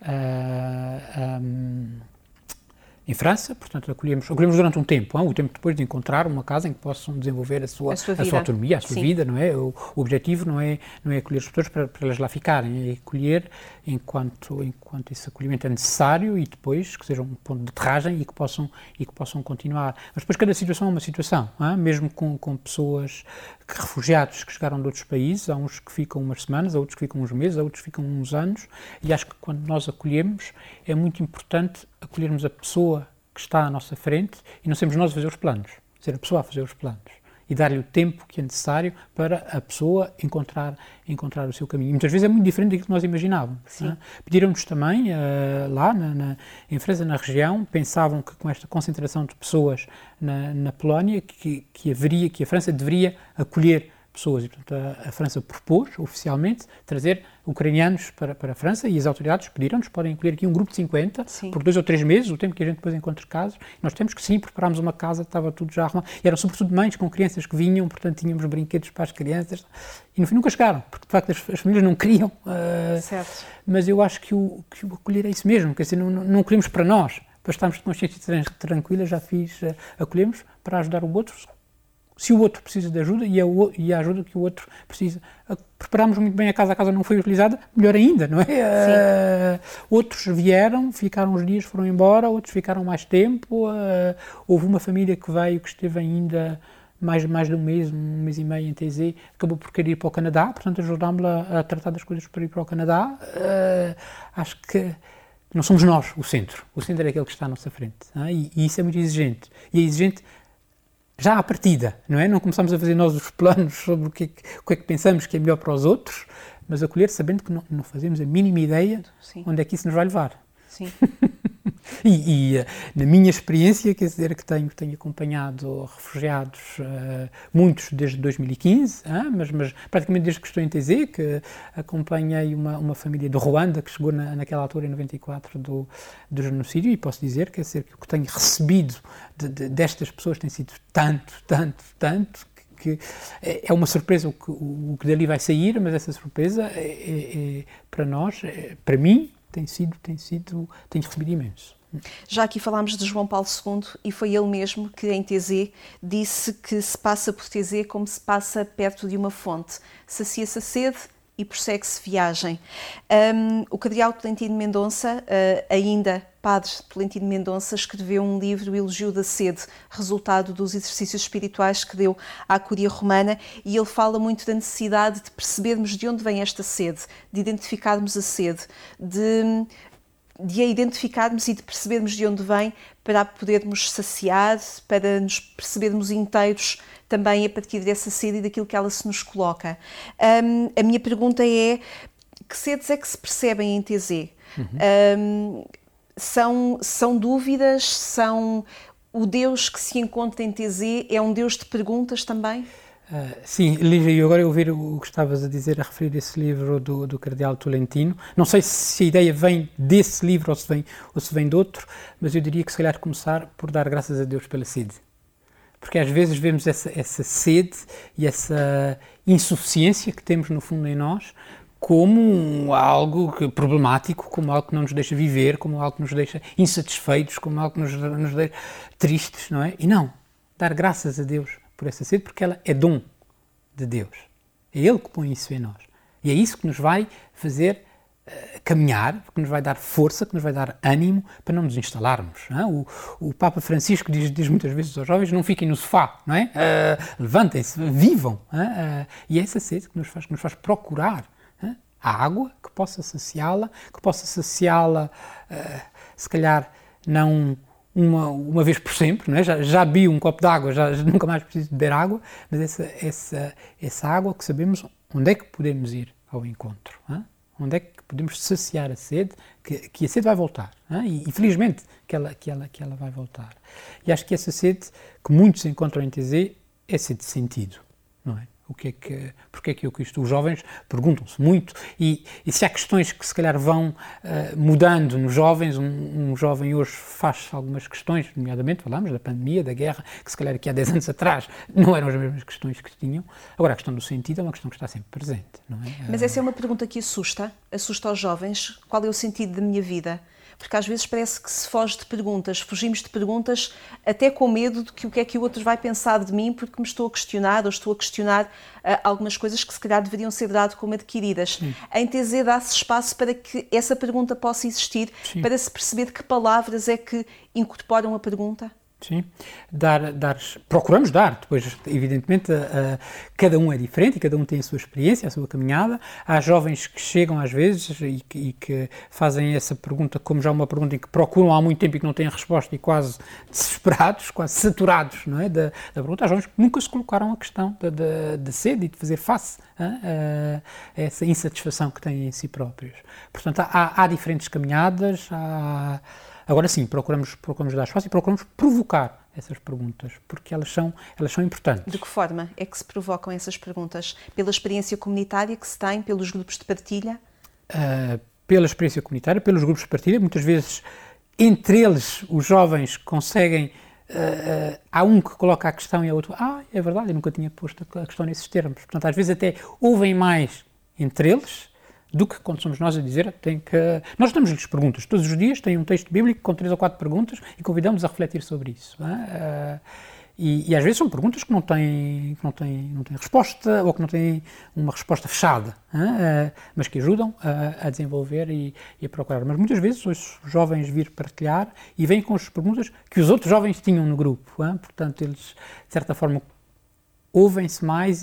em França, portanto acolhemos durante um tempo, o tempo depois de encontrar uma casa em que possam desenvolver a sua autonomia, a sua vida, não é? O objetivo não é acolher as pessoas para elas lá ficarem, é acolher enquanto esse acolhimento é necessário e depois que seja um ponto de aterragem e que possam continuar. Mas depois cada situação é uma situação, mesmo com pessoas, refugiados que chegaram de outros países, há uns que ficam umas semanas, há outros que ficam uns meses, há outros que ficam uns anos, e acho que quando nós acolhemos é muito importante acolhermos a pessoa que está à nossa frente e não sermos nós a fazer os planos, ser a pessoa a fazer os planos e dar-lhe o tempo que é necessário para a pessoa encontrar o seu caminho. E muitas vezes é muito diferente daquilo que nós imaginávamos. Pediram-nos também, lá em França, na região, pensavam que com esta concentração de pessoas na Polónia, que a França deveria acolher pessoas. E, portanto, a França propôs, oficialmente, trazer ucranianos para a França e as autoridades pediram-nos, podem acolher aqui um grupo de 50, sim, por 2 ou 3 meses, o tempo que a gente depois encontre casos. Nós temos que, sim, preparámos uma casa, estava tudo já arrumado. E eram sobretudo mães com crianças que vinham, portanto, tínhamos brinquedos para as crianças. E, no fim, nunca chegaram, porque, de facto, as famílias não queriam. Certo. Mas eu acho que o acolher é isso mesmo, quer dizer, não acolhemos para nós, para estarmos de consciência tranquila, acolhemos para ajudar o outro. Se o outro precisa de ajuda e a ajuda que o outro precisa. Preparámos muito bem a casa não foi utilizada, melhor ainda, não é? Outros vieram, ficaram uns dias, foram embora, outros ficaram mais tempo. Houve uma família que veio, que esteve ainda mais de um mês e meio em TZ, acabou por querer ir para o Canadá, portanto ajudámos-la a tratar das coisas para ir para o Canadá. Acho que não somos nós o centro é aquele que está à nossa frente, e isso é muito exigente. E é exigente já à partida, não é? Não começamos a fazer nós os planos sobre o que é que pensamos que é melhor para os outros, mas acolher sabendo que não fazemos a mínima ideia, sim, onde é que isso nos vai levar. Sim. E na minha experiência, quer dizer que tenho acompanhado refugiados, muitos desde 2015, mas praticamente desde que estou em TZ, que acompanhei uma família de Ruanda que chegou naquela altura, em 94, do genocídio, e posso dizer, quer dizer, que o que tenho recebido destas pessoas tem sido tanto, que é uma surpresa o que dali vai sair, mas essa surpresa é para nós, para mim, tenho recebido imenso. Já aqui falámos de João Paulo II e foi ele mesmo que em TZ disse que se passa por TZ como se passa perto de uma fonte. Sacia-se a sede e prossegue-se viagem. O cardeal Tolentino Mendonça, ainda padre Tolentino Mendonça, escreveu um livro, O Elogio da Sede, resultado dos exercícios espirituais que deu à Cúria Romana, e ele fala muito da necessidade de percebermos de onde vem esta sede, de identificarmos a sede, de a identificarmos e de percebermos de onde vem para a podermos saciar, para nos percebermos inteiros também a partir dessa sede e daquilo que ela se nos coloca. A minha pergunta é, que sedes é que se percebem em TZ? São dúvidas, são O Deus que se encontra em TZ é um Deus de perguntas também? Sim, Lígia, e agora eu ouvir o que estavas a dizer a referir esse livro do Cardeal Tolentino. Não sei se a ideia vem desse livro ou se vem de outro, mas eu diria que se calhar começar por dar graças a Deus pela sede. Porque às vezes vemos essa sede e essa insuficiência que temos no fundo em nós como algo problemático, como algo que não nos deixa viver, como algo que nos deixa insatisfeitos, como algo que nos deixa tristes, não é? E não, dar graças a Deus por essa sede, porque ela é dom de Deus. É Ele que põe isso em nós. E é isso que nos vai fazer caminhar, que nos vai dar força, que nos vai dar ânimo para não nos instalarmos. Não é? O Papa Francisco diz muitas vezes aos jovens, não fiquem no sofá, não é? Levantem-se, vivam. E é essa sede que nos faz procurar a água que possa saciá-la, se calhar não uma vez por sempre, não é? Já bebi um copo de água, já nunca mais preciso beber água, mas essa água que sabemos onde é que podemos ir ao encontro, onde é que podemos saciar a sede, que a sede vai voltar, e felizmente que ela vai voltar. E acho que essa sede que muitos encontram em TZ é sede de sentido, não é? Porque é que eu estou? Os jovens perguntam-se muito e se há questões que se calhar vão mudando nos jovens, um jovem hoje faz algumas questões, nomeadamente falamos da pandemia, da guerra, que se calhar aqui há 10 anos atrás não eram as mesmas questões que tinham. Agora a questão do sentido é uma questão que está sempre presente, não é? Mas essa é uma pergunta que assusta aos jovens. Qual é o sentido da minha vida? Porque às vezes parece que se foge de perguntas, fugimos de perguntas até com medo de que o que é que o outro vai pensar de mim porque me estou a questionar ou estou a questionar algumas coisas que se calhar deveriam ser dadas como adquiridas. Sim. Em TZ dá-se espaço para que essa pergunta possa existir, sim, para se perceber de que palavras é que incorporam a pergunta? Sim, procuramos dar, depois evidentemente cada um é diferente e cada um tem a sua experiência, a sua caminhada. Há jovens que chegam às vezes e que fazem essa pergunta como já uma pergunta em que procuram há muito tempo e que não têm resposta e quase desesperados, quase saturados, não é, da pergunta. Há jovens que nunca se colocaram a questão de sede e de fazer face a essa insatisfação que têm em si próprios. Portanto, há diferentes caminhadas, agora sim, procuramos dar espaço e procuramos provocar essas perguntas, porque elas são importantes. De que forma é que se provocam essas perguntas? Pela experiência comunitária que se tem, pelos grupos de partilha? Pela experiência comunitária, pelos grupos de partilha, muitas vezes entre eles os jovens conseguem, há um que coloca a questão e há outro, é verdade, eu nunca tinha posto a questão nesses termos. Portanto, às vezes até ouvem mais entre eles do que quando somos nós a dizer, nós damos-lhes perguntas todos os dias, tem um texto bíblico com 3 ou 4 perguntas e convidamos-los a refletir sobre isso. E às vezes são perguntas que não têm resposta ou que não têm uma resposta fechada, mas que ajudam a desenvolver e a procurar. Mas muitas vezes ouço os jovens vir partilhar e vêm com as perguntas que os outros jovens tinham no grupo. Portanto, eles, de certa forma, ouvem-se mais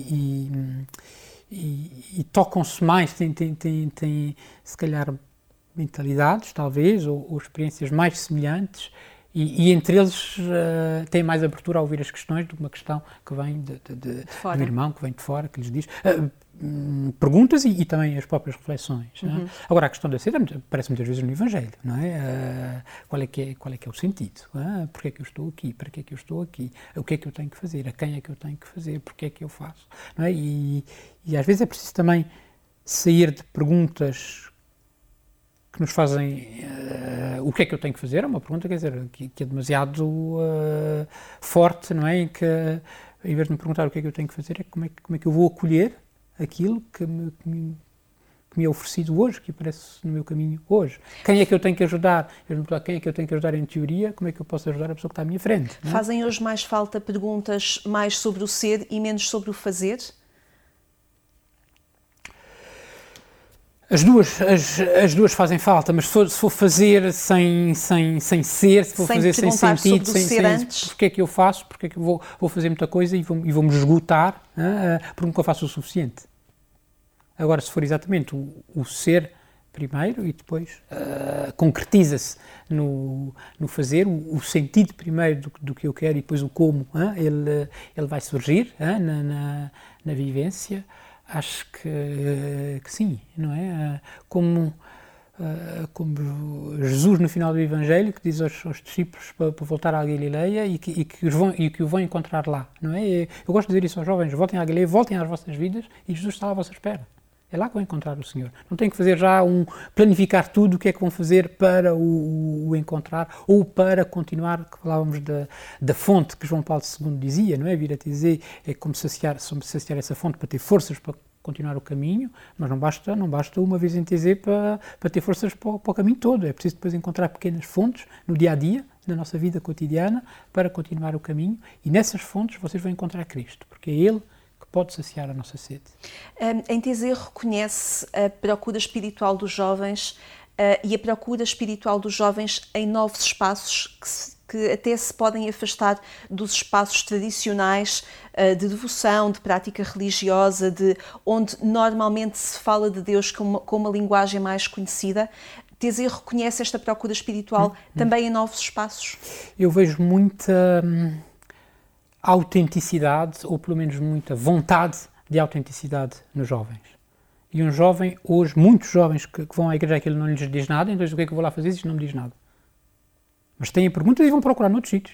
e tocam-se mais, têm se calhar mentalidades, talvez, ou experiências mais semelhantes e entre eles têm mais abertura a ouvir as questões do que uma questão que vem do irmão, que vem de fora, que lhes diz perguntas e também as próprias reflexões. Não é? Agora, a questão da sede aparece muitas vezes no Evangelho, não é? Qual é que é o sentido? Porquê é que eu estou aqui? Para que é que eu estou aqui? O que é que eu tenho que fazer? A quem é que eu tenho que fazer? Porquê é que eu faço? Não é? E às vezes é preciso também sair de perguntas que nos fazem o que é que eu tenho que fazer? É uma pergunta, quer dizer, que é demasiado forte, não é? Em que, em vez de me perguntar o que é que eu tenho que fazer, é como é que eu vou acolher aquilo que me é oferecido hoje, que aparece no meu caminho hoje. Quem é que eu tenho que ajudar? Quem é que eu tenho que ajudar em teoria? Como é que eu posso ajudar a pessoa que está à minha frente? Não é? Fazem hoje mais falta perguntas mais sobre o ser e menos sobre o fazer? As duas fazem falta, mas se for fazer sem ser, se for fazer sem sentido, porque é que eu faço, porque é que eu vou fazer muita coisa e vou-me esgotar, porque nunca faço o suficiente. Agora, se for exatamente o ser primeiro e depois concretiza-se no fazer, o sentido primeiro do que eu quero e depois o como, ele vai surgir na vivência. Acho que sim, não é? Como Jesus no final do Evangelho, que diz aos discípulos para voltar à Galileia e que o vão encontrar lá, não é? Eu gosto de dizer isso aos jovens: voltem à Galileia, voltem às vossas vidas e Jesus está à vossa espera. É lá que vão encontrar o Senhor. Não têm que fazer já planificar tudo o que é que vão fazer para o encontrar ou para continuar, que falávamos da fonte que João Paulo II dizia, não é? Vir a dizer é como saciar essa fonte para ter forças para continuar o caminho, mas não basta uma vez em TZ para ter forças para o caminho todo. É preciso depois encontrar pequenas fontes no dia-a-dia, na nossa vida cotidiana, para continuar o caminho, e nessas fontes vocês vão encontrar Cristo, porque é Ele que pode saciar a nossa sede. Em TZ reconhece a procura espiritual dos jovens e a procura espiritual dos jovens em novos espaços que até se podem afastar dos espaços tradicionais de devoção, de prática religiosa, onde normalmente se fala de Deus com uma linguagem mais conhecida. TZ reconhece esta procura espiritual também em novos espaços? Eu vejo muita autenticidade, ou pelo menos muita vontade de autenticidade nos jovens. E um jovem, hoje, muitos jovens que vão à igreja, aquilo não lhes diz nada, então o que é que eu vou lá fazer? Isto não me diz nada. Mas têm perguntas e vão procurar noutros sítios,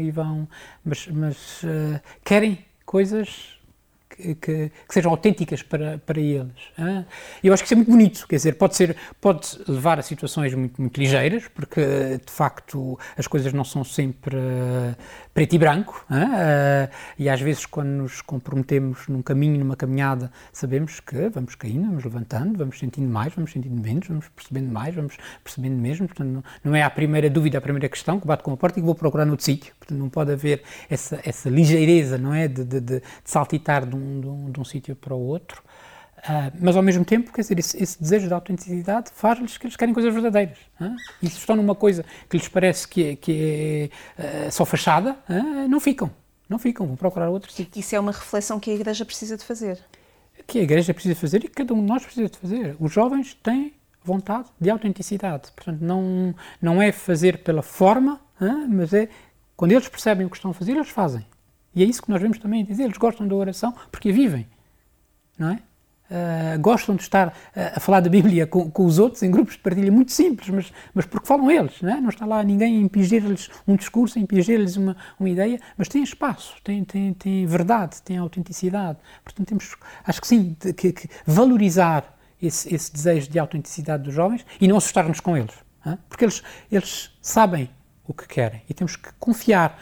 mas querem coisas que sejam autênticas para eles. E eu acho que isso é muito bonito, quer dizer, pode levar a situações muito ligeiras, porque de facto as coisas não são sempre preto e branco, e às vezes quando nos comprometemos num caminho, numa caminhada, sabemos que vamos caindo, vamos levantando, vamos sentindo mais, vamos sentindo menos, vamos percebendo mais, vamos percebendo mesmo, portanto não é a primeira dúvida, a primeira questão que bate com a porta e que vou procurar noutro sítio, portanto não pode haver essa ligeireza, não é, de saltitar de um sítio para o outro, mas ao mesmo tempo, quer dizer, esse desejo de autenticidade faz-lhes que eles querem coisas verdadeiras. E se estão numa coisa que lhes parece que é só fachada, não ficam, vão procurar outro sítio. Isso é uma reflexão que a Igreja precisa de fazer. Que a Igreja precisa fazer e que cada um de nós precisa de fazer. Os jovens têm vontade de autenticidade, portanto não é fazer pela forma, mas é quando eles percebem o que estão a fazer, eles fazem. E é isso que nós vemos também dizer, eles gostam da oração porque a vivem, não é? Gostam de estar a falar da Bíblia com os outros em grupos de partilha muito simples, mas porque falam eles, não é? Não está lá ninguém a impingir-lhes um discurso, a impingir-lhes uma ideia, mas têm espaço, têm verdade, têm autenticidade. Portanto, temos, acho que sim, que valorizar esse desejo de autenticidade dos jovens e não assustar-nos com eles, porque eles sabem o que querem e temos que confiar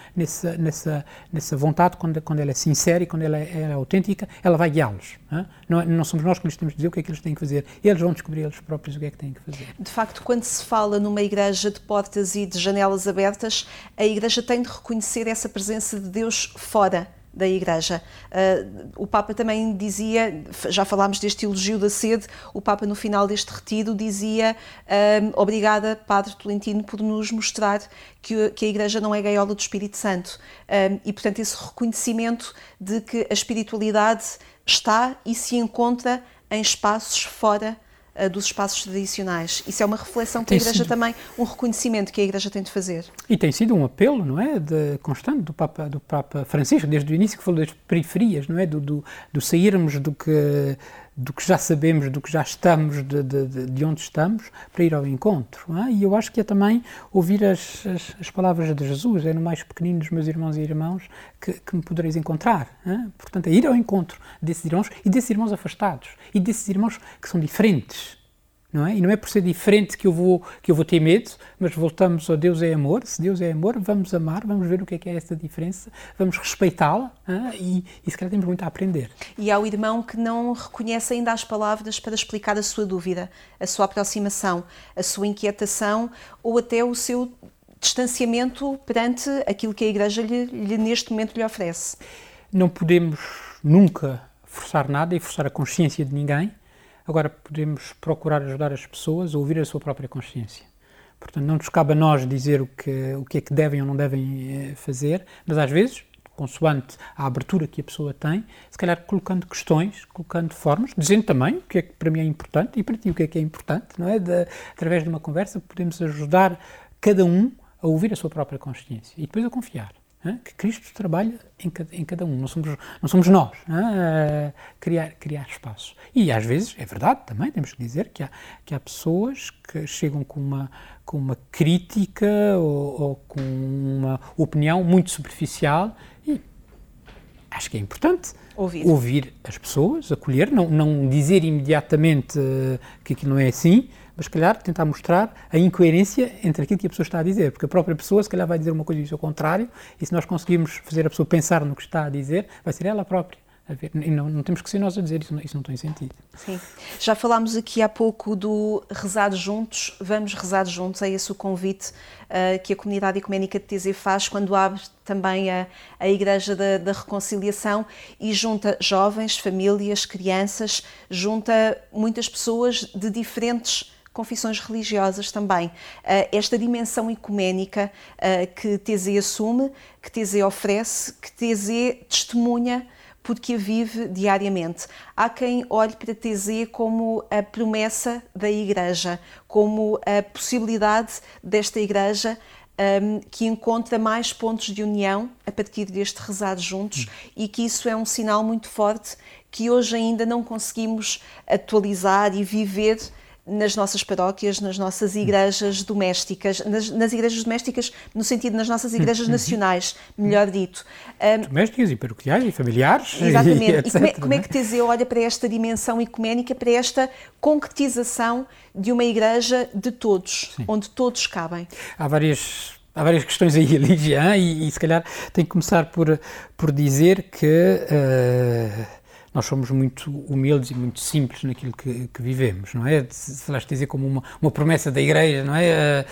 nessa vontade quando ela é sincera e quando ela é autêntica, ela vai guiá-los. Não somos nós que lhes temos de dizer o que é que eles têm que fazer, eles vão descobrir eles próprios o que é que têm que fazer. De facto, quando se fala numa igreja de portas e de janelas abertas, a igreja tem de reconhecer essa presença de Deus fora da Igreja. O Papa também dizia, já falámos deste elogio da sede, o Papa no final deste retiro dizia: obrigada, Padre Tolentino, por nos mostrar que a Igreja não é gaiola do Espírito Santo. E, portanto, esse reconhecimento de que a espiritualidade está e se encontra em espaços fora dos espaços tradicionais. Isso é uma reflexão que a Igreja também, um reconhecimento que a Igreja tem de fazer. E tem sido um apelo, não é, constante do Papa Francisco, desde o início, que falou das periferias, não é, do sairmos do que já sabemos, do que já estamos, de onde estamos, para ir ao encontro. Não é? E eu acho que é também ouvir as palavras de Jesus: é no mais pequenino dos meus irmãos e irmãos que me podereis encontrar. Não é? Portanto, é ir ao encontro desses irmãos e desses irmãos afastados e desses irmãos que são diferentes. Não é? E não é por ser diferente que eu vou ter medo, mas voltamos ao Deus é amor. Se Deus é amor, vamos amar, vamos ver o que é essa diferença, vamos respeitá-la, e se calhar temos muito a aprender. E há o irmão que não reconhece ainda as palavras para explicar a sua dúvida, a sua aproximação, a sua inquietação ou até o seu distanciamento perante aquilo que a Igreja lhe neste momento lhe oferece. Não podemos nunca forçar nada e forçar a consciência de ninguém. Agora podemos procurar ajudar as pessoas a ouvir a sua própria consciência. Portanto, não nos cabe a nós dizer o que é que devem ou não devem fazer, mas às vezes, consoante a abertura que a pessoa tem, se calhar colocando questões, colocando formas, dizendo também o que é que para mim é importante e para ti o que é importante, não é? Através de uma conversa podemos ajudar cada um a ouvir a sua própria consciência e depois a confiar. que Cristo trabalha em cada um, não somos nós a criar espaço. E às vezes, é verdade também, temos que dizer que há pessoas que chegam com uma crítica ou com uma opinião muito superficial e acho que é importante ouvir as pessoas, acolher, não dizer imediatamente que aquilo não é assim, mas se calhar tentar mostrar a incoerência entre aquilo que a pessoa está a dizer, porque a própria pessoa se calhar vai dizer uma coisa e diz o contrário, e se nós conseguirmos fazer a pessoa pensar no que está a dizer, vai ser ela própria a ver. E não temos que ser nós a dizer, isso não tem sentido. Sim. Já falámos aqui há pouco do rezar juntos, vamos rezar juntos, é esse o convite que a comunidade ecuménica de Taizé faz quando abre também a Igreja da Reconciliação e junta jovens, famílias, crianças, junta muitas pessoas de diferentes confissões religiosas também. Esta dimensão ecuménica que Taizé assume, que Taizé oferece, que Taizé testemunha, porque a vive diariamente. Há quem olhe para Taizé como a promessa da Igreja, como a possibilidade desta Igreja que encontra mais pontos de união a partir deste rezar juntos e que isso é um sinal muito forte que hoje ainda não conseguimos atualizar e viver nas nossas paróquias, nas nossas igrejas domésticas, nas igrejas domésticas no sentido nas nossas igrejas nacionais, melhor dito. Domésticas e paroquiais e familiares. Exatamente. E etc, como é que Taizé olha para esta dimensão ecuménica, para esta concretização de uma igreja de todos, sim, onde todos cabem? Há várias questões aí, Lígia, e se calhar tem que começar por dizer que nós somos muito humildes e muito simples naquilo que vivemos, não é? Se falaste dizer como uma promessa da Igreja, não é?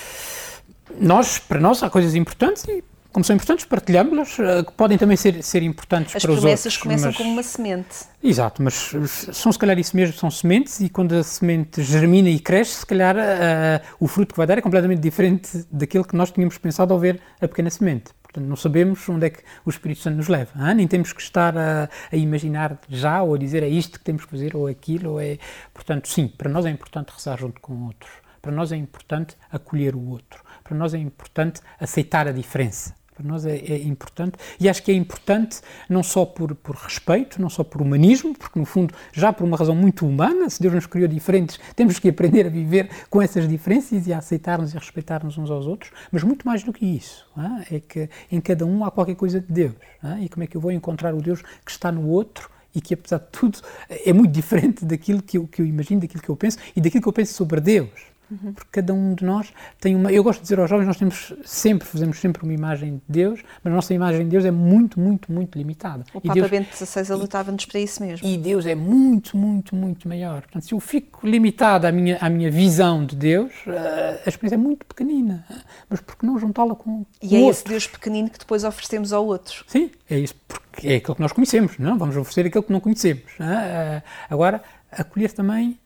Para nós há coisas importantes e, como são importantes, partilhamos-las, que podem também ser importantes para os outros. As promessas começam como uma semente. Exato, mas são se calhar isso mesmo, são sementes, e quando a semente germina e cresce, se calhar o fruto que vai dar é completamente diferente daquilo que nós tínhamos pensado ao ver a pequena semente. Portanto, não sabemos onde é que o Espírito Santo nos leva, nem temos que estar a imaginar já, ou a dizer é isto que temos que fazer, ou aquilo, ou é... Portanto, sim, para nós é importante rezar junto com outros, para nós é importante acolher o outro, para nós é importante aceitar a diferença. Para nós é importante, e acho que é importante não só por respeito, não só por humanismo, porque no fundo, já por uma razão muito humana, se Deus nos criou diferentes, temos que aprender a viver com essas diferenças e a aceitar-nos e a respeitar-nos uns aos outros, mas muito mais do que isso, é que em cada um há qualquer coisa de Deus, e como é que eu vou encontrar o Deus que está no outro e que, apesar de tudo, é muito diferente daquilo que eu imagino, daquilo que eu penso e daquilo que eu penso sobre Deus. Porque cada um de nós tem uma... Eu gosto de dizer aos jovens, nós fazemos sempre uma imagem de Deus, mas a nossa imagem de Deus é muito, muito, muito limitada. O Papa Bento XVI lutava-nos para isso mesmo. E Deus é muito, muito, muito maior. Portanto, se eu fico limitado à minha visão de Deus, a experiência é muito pequenina. Mas por que não juntá-la com o outro? E é esse Deus pequenino que depois oferecemos ao outro. Sim, é isso, porque é aquilo que nós conhecemos, não? Vamos oferecer aquilo que não conhecemos. Agora, acolher também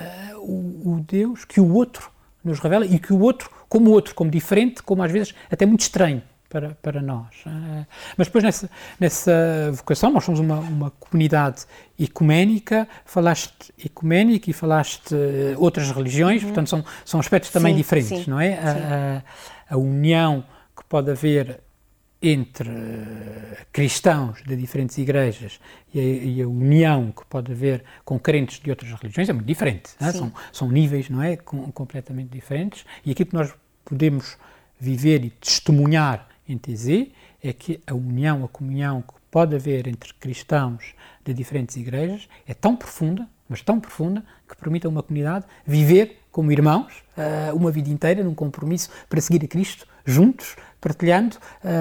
o Deus que o outro nos revela e que o outro, como diferente, como às vezes até muito estranho para nós. Mas depois nessa vocação, nós somos uma comunidade ecuménica, falaste ecuménica e falaste outras religiões, portanto são aspectos também diferentes, sim, não é? A união que pode haver entre cristãos de diferentes igrejas e a união que pode haver com crentes de outras religiões é muito diferente. São níveis, não é? Completamente diferentes. E aquilo que nós podemos viver e testemunhar em Taizé é que a união, a comunhão que pode haver entre cristãos de diferentes igrejas é tão profunda, mas tão profunda, que permite a uma comunidade viver como irmãos uma vida inteira num compromisso para seguir a Cristo juntos, partilhando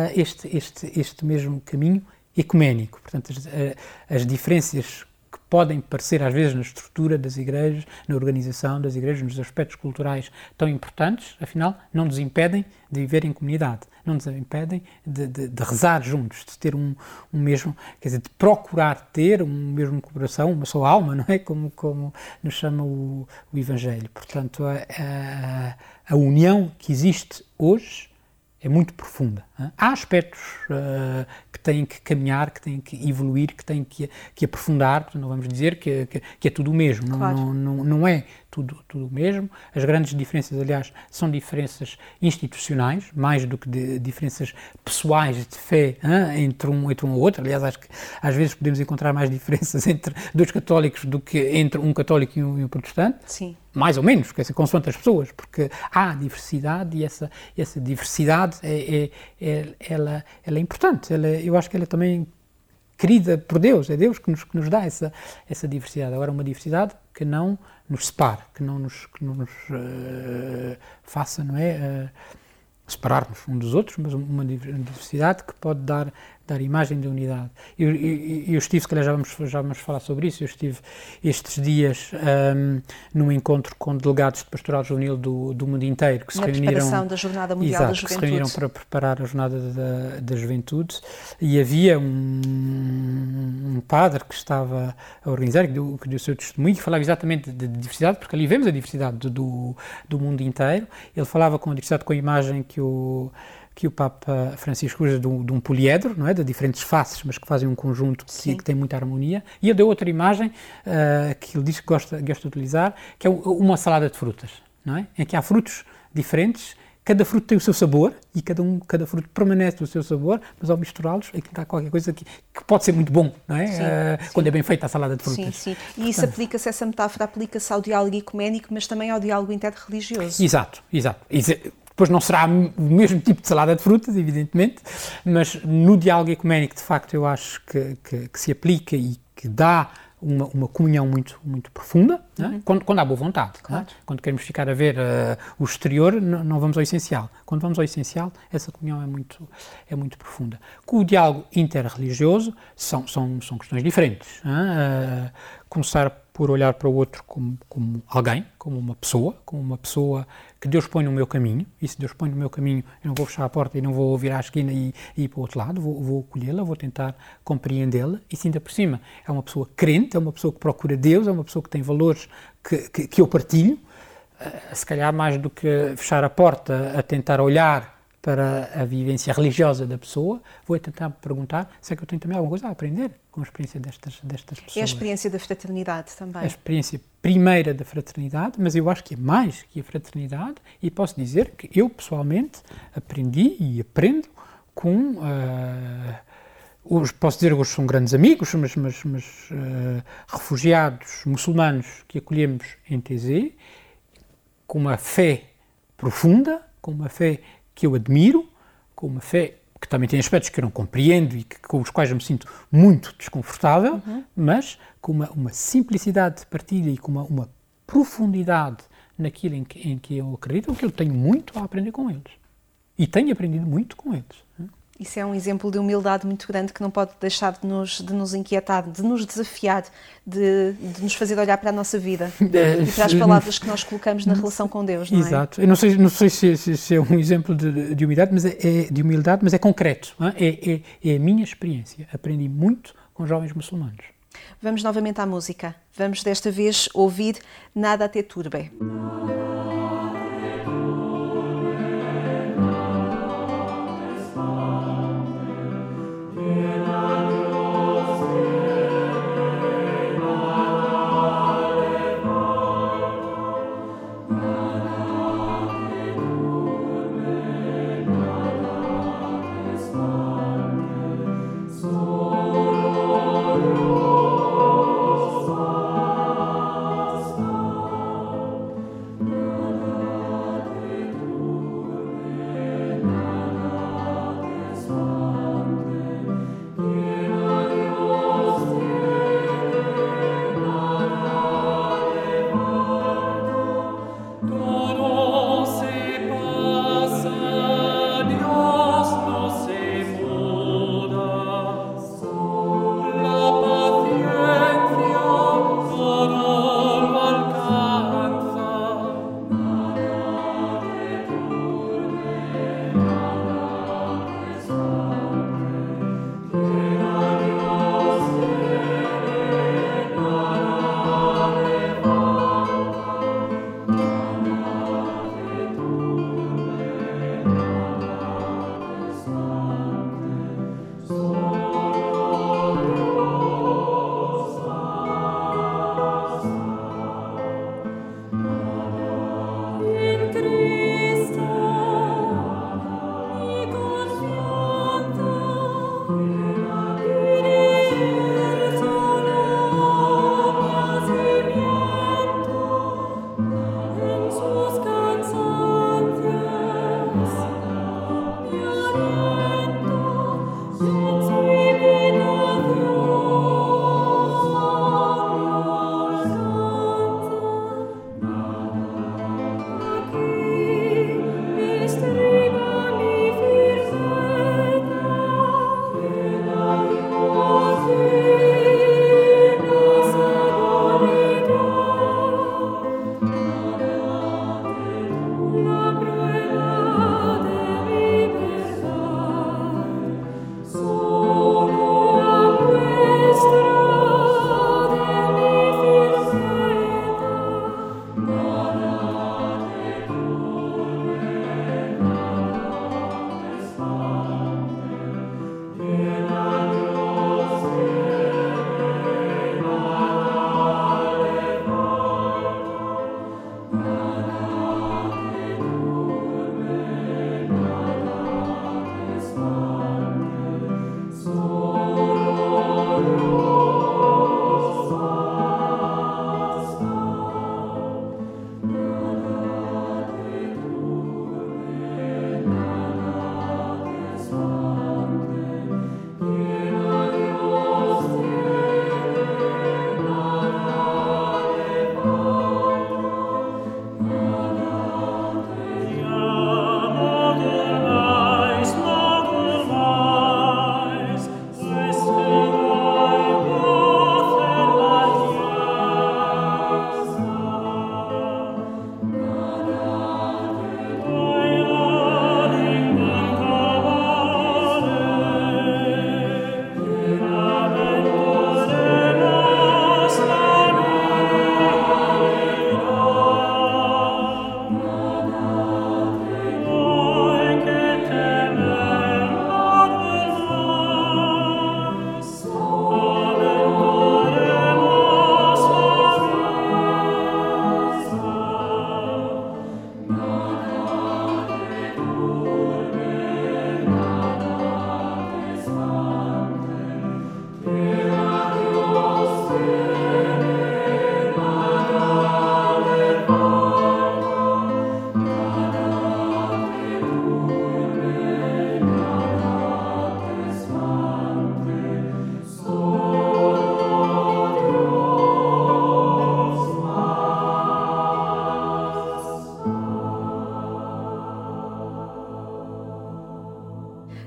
este mesmo caminho ecuménico. Portanto, as diferenças que podem parecer às vezes na estrutura das igrejas, na organização das igrejas, nos aspectos culturais tão importantes, afinal, não nos impedem de viver em comunidade, não nos impedem de rezar juntos, de ter um mesmo, quer dizer, de procurar ter um mesmo coração, uma só alma, não é? Como nos chama o Evangelho. Portanto, a união que existe hoje é muito profunda. Há aspectos que têm que caminhar, que têm que evoluir, que têm que aprofundar, portanto, não vamos dizer que é tudo o mesmo, claro. não é tudo o mesmo. As grandes diferenças, aliás, são diferenças institucionais, mais do que diferenças pessoais de fé entre um ou outro. Aliás, acho que às vezes podemos encontrar mais diferenças entre dois católicos do que entre um católico e um protestante. Sim. Mais ou menos, quer dizer, consoante as pessoas, porque há diversidade e essa diversidade ela é importante. Eu acho que ela é também querida por Deus, é Deus que nos dá essa diversidade. Agora, uma diversidade que não nos separe, que não nos faça, não é, separar-nos uns dos outros, mas uma diversidade que pode dar imagem de unidade. Eu estive, se calhar já vamos falar sobre isso, eu estive estes dias num encontro com delegados de pastoral juvenil do mundo inteiro, que se reuniram... Na preparação da Jornada Mundial da Juventude. Que se reuniram para preparar a Jornada da Juventude, e havia um padre que estava a organizar, que deu o seu testemunho, e falava exatamente de diversidade, porque ali vemos a diversidade do mundo inteiro. Ele falava com a diversidade, com a imagem que o Papa Francisco usa de um poliedro, não é? De diferentes faces, mas que fazem um conjunto que tem muita harmonia. E ele deu outra imagem que ele diz que gosta de utilizar, que é uma salada de frutas, não é? Em que há frutos diferentes, cada fruto tem o seu sabor e cada fruto permanece o seu sabor, mas ao misturá-los aqui está qualquer coisa que pode ser muito bom, não é? Quando é bem feita a salada de frutas. Sim. E isso aplica-se, essa metáfora aplica-se ao diálogo ecuménico, mas também ao diálogo interreligioso. Exato. Depois não será o mesmo tipo de salada de frutas, evidentemente, mas no diálogo ecuménico, de facto, eu acho que se aplica e que dá uma comunhão muito, muito profunda, né? Quando há boa vontade. Claro. Né? Quando queremos ficar a ver o exterior, não vamos ao essencial. Quando vamos ao essencial, essa comunhão é muito profunda. Com o diálogo interreligioso, são questões diferentes. Né? Começar por olhar para o outro como alguém, como uma pessoa que Deus põe no meu caminho, e se Deus põe no meu caminho, eu não vou fechar a porta e não vou virar à esquina e ir para o outro lado, vou acolhê-la, vou tentar compreendê-la, e se ainda por cima é uma pessoa crente, é uma pessoa que procura Deus, é uma pessoa que tem valores que eu partilho, se calhar mais do que fechar a porta a tentar olhar para a vivência religiosa da pessoa, vou tentar perguntar se é que eu tenho também alguma coisa a aprender com a experiência destas pessoas. É a experiência da fraternidade também. A experiência primeira da fraternidade, mas eu acho que é mais que a fraternidade, e posso dizer que eu, pessoalmente, aprendi e aprendo com... posso dizer que hoje são grandes amigos, mas refugiados muçulmanos que acolhemos em TZ, com uma fé profunda, com uma fé que eu admiro, com uma fé que também tem aspectos que eu não compreendo e com os quais eu me sinto muito desconfortável, mas com uma simplicidade de partilha e com uma profundidade naquilo em que eu acredito, que eu tenho muito a aprender com eles. E tenho aprendido muito com eles. Isso é um exemplo de humildade muito grande que não pode deixar de nos inquietar, de nos desafiar, de nos fazer olhar para a nossa vida e para as palavras que nós colocamos na relação com Deus, não é? Exato. Eu não sei se é um exemplo de humildade, mas é concreto. É a minha experiência. Aprendi muito com jovens muçulmanos. Vamos novamente à música. Vamos desta vez ouvir Nada te turbe.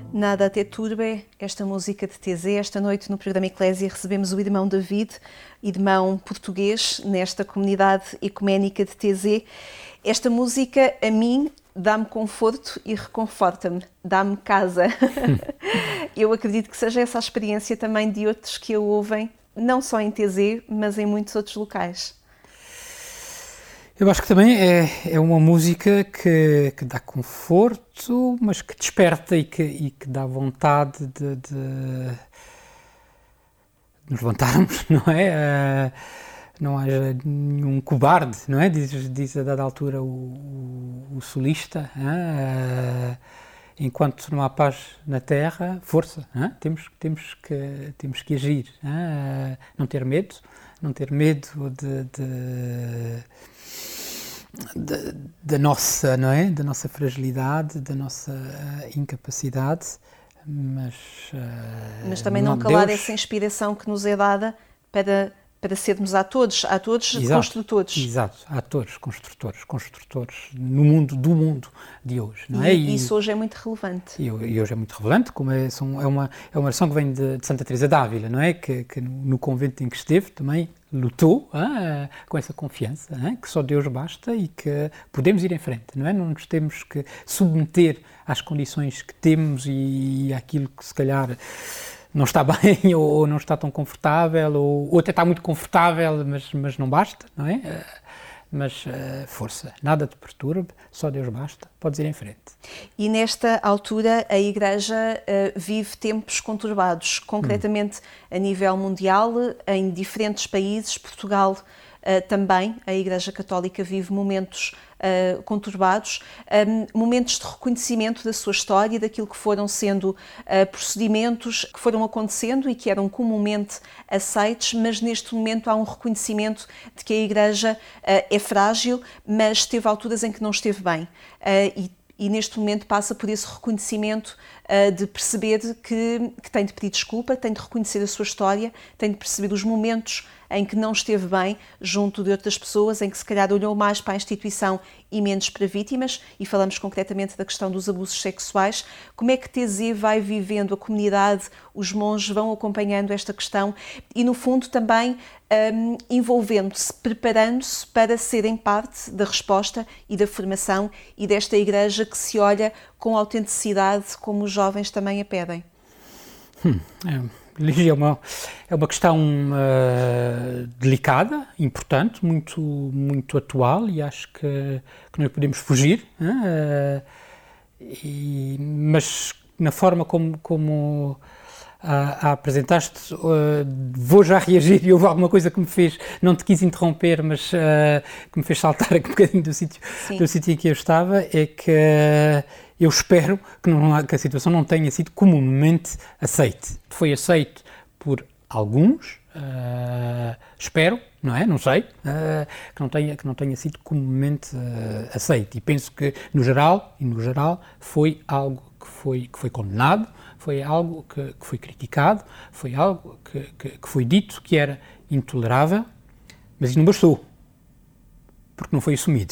Nada te turbe, esta música de TZ. Esta noite no programa Eclésia recebemos o irmão David, irmão português, nesta comunidade ecuménica de TZ. Esta música, a mim, dá-me conforto e reconforta-me, dá-me casa. Eu acredito que seja essa a experiência também de outros que a ouvem, não só em TZ, mas em muitos outros locais. Eu acho que também é uma música que dá conforto, mas que desperta e que dá vontade de nos levantarmos, não é? Não haja nenhum cobarde, não é? Diz a dada altura o solista. Enquanto não há paz na terra, força. Temos que agir. Não ter medo da nossa, não é? Da nossa fragilidade, da nossa incapacidade, mas também não calar Deus, essa inspiração que nos é dada para sermos atores construtores. Exato, atores, construtores do mundo de hoje, não é? E isso hoje é muito relevante. E hoje é muito relevante, como é uma versão que vem de Santa Teresa d'Ávila, não é? Que no convento em que esteve também lutou com essa confiança, que só Deus basta e que podemos ir em frente, não é? Não nos temos que submeter às condições que temos e àquilo que se calhar não está bem ou não está tão confortável ou até está muito confortável, mas não basta, não é? Mas força, nada te perturbe, só Deus basta, podes ir em frente. E nesta altura a Igreja vive tempos conturbados, concretamente a nível mundial, em diferentes países, Portugal também, a Igreja Católica vive momentos conturbados, momentos de reconhecimento da sua história, daquilo que foram sendo procedimentos que foram acontecendo e que eram comumente aceitos, mas neste momento há um reconhecimento de que a Igreja é frágil, mas teve alturas em que não esteve bem. E neste momento passa por esse reconhecimento de perceber que tem de pedir desculpa, tem de reconhecer a sua história, tem de perceber os momentos em que não esteve bem junto de outras pessoas, em que se calhar olhou mais para a instituição e menos para vítimas, e falamos concretamente da questão dos abusos sexuais. Como é que TZ vai vivendo, a comunidade, os monges vão acompanhando esta questão e, no fundo, também envolvendo-se, preparando-se para serem parte da resposta e da formação e desta Igreja que se olha com autenticidade, como os jovens também a pedem? É uma questão delicada, importante, muito atual, e acho que não podemos fugir, mas na forma como a apresentaste, vou já reagir, e houve alguma coisa que me fez, não te quis interromper, mas que me fez saltar aqui um bocadinho do sítio em que eu estava, é que eu espero que a situação não tenha sido comumente aceite. Foi aceite por alguns, espero, não é? Não sei, que não tenha sido comumente aceite. E penso que, no geral, foi algo que foi condenado, foi algo que foi criticado, foi algo que foi dito que era intolerável, mas isso não bastou, porque não foi assumido.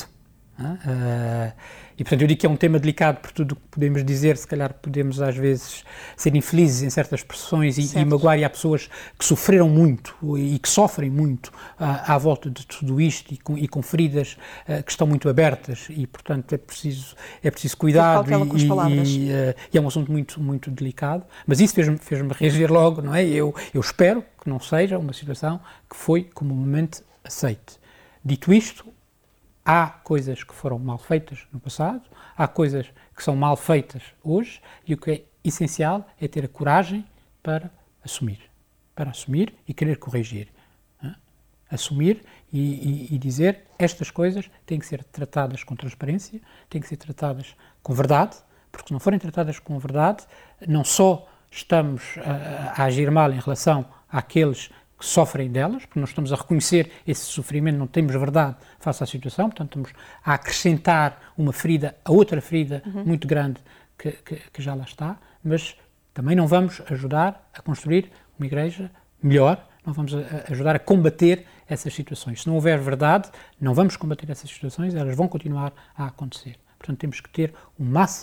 E, portanto, eu digo que é um tema delicado por tudo o que podemos dizer. Se calhar podemos, às vezes, ser infelizes em certas expressões e magoar, e há pessoas que sofreram muito e que sofrem muito à volta de tudo isto e com feridas que estão muito abertas e, portanto, é preciso cuidado e é um assunto muito delicado, mas isso fez-me reagir logo, não é? Eu espero que não seja uma situação que foi comumente aceite. Dito isto, há coisas que foram mal feitas no passado, há coisas que são mal feitas hoje, e o que é essencial é ter a coragem para assumir e querer corrigir. Assumir e dizer estas coisas têm que ser tratadas com transparência, têm que ser tratadas com verdade, porque se não forem tratadas com verdade, não só estamos a agir mal em relação àqueles que sofrem delas, porque nós estamos a reconhecer esse sofrimento, não temos verdade face à situação, portanto estamos a acrescentar uma ferida a outra ferida muito grande que já lá está, mas também não vamos ajudar a construir uma igreja melhor, não vamos ajudar a combater essas situações. Se não houver verdade, não vamos combater essas situações, elas vão continuar a acontecer. Portanto, temos que ter o máximo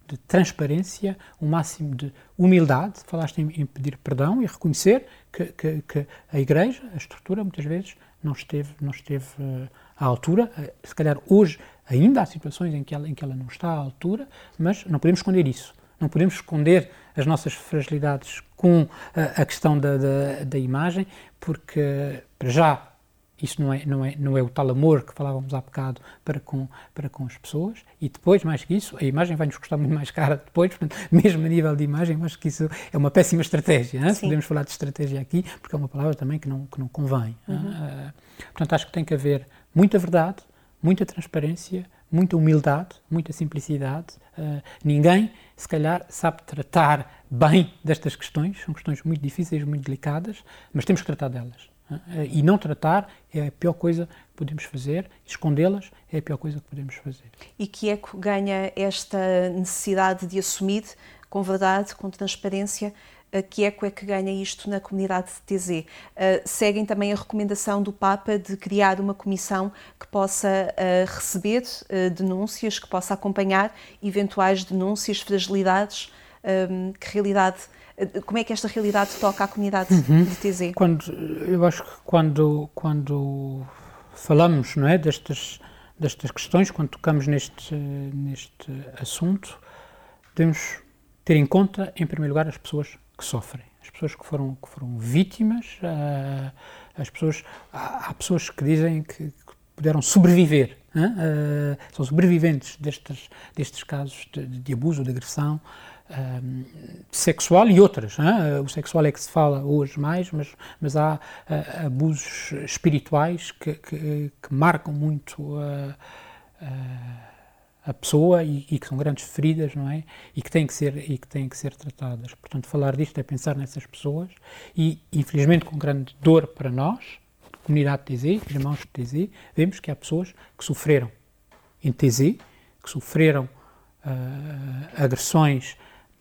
de transparência, um máximo de humildade. Falaste em pedir perdão e reconhecer que a Igreja, a estrutura, muitas vezes não esteve à altura. Se calhar hoje ainda há situações em que ela não está à altura, mas não podemos esconder isso. Não podemos esconder as nossas fragilidades com a questão da imagem, porque, para já, isso não é o tal amor que falávamos há bocado para com as pessoas, e depois, mais que isso, a imagem vai nos custar muito mais cara depois, portanto, mesmo a nível de imagem, acho que isso é uma péssima estratégia, né? Podemos falar de estratégia aqui, porque é uma palavra também que não convém. Portanto, acho que tem que haver muita verdade, muita transparência, muita humildade, muita simplicidade. Ninguém, se calhar, sabe tratar bem destas questões, são questões muito difíceis, muito delicadas, mas temos que tratar delas. E não tratar é a pior coisa que podemos fazer, escondê-las é a pior coisa que podemos fazer. E Kieco ganha esta necessidade de assumir com verdade, com transparência. Kieco é que ganha isto na comunidade de TZ. Seguem também a recomendação do Papa de criar uma comissão que possa receber denúncias, que possa acompanhar eventuais denúncias, fragilidades. Que realidade... Como é que esta realidade toca à comunidade de TZ? Eu acho que quando falamos, não é, destas questões, quando tocamos neste assunto, devemos ter em conta, em primeiro lugar, as pessoas que sofrem, as pessoas que foram vítimas, há pessoas que dizem que puderam sobreviver, são sobreviventes destes casos de abuso, de agressão, sexual e outras. O sexual é que se fala hoje mais, mas há abusos espirituais que marcam muito a pessoa e que são grandes feridas, não é? E que têm que ser tratadas. Portanto, falar disto é pensar nessas pessoas e, infelizmente, com grande dor para nós, comunidade TZ, irmãos de TZ, vemos que há pessoas que sofreram em TZ, que sofreram agressões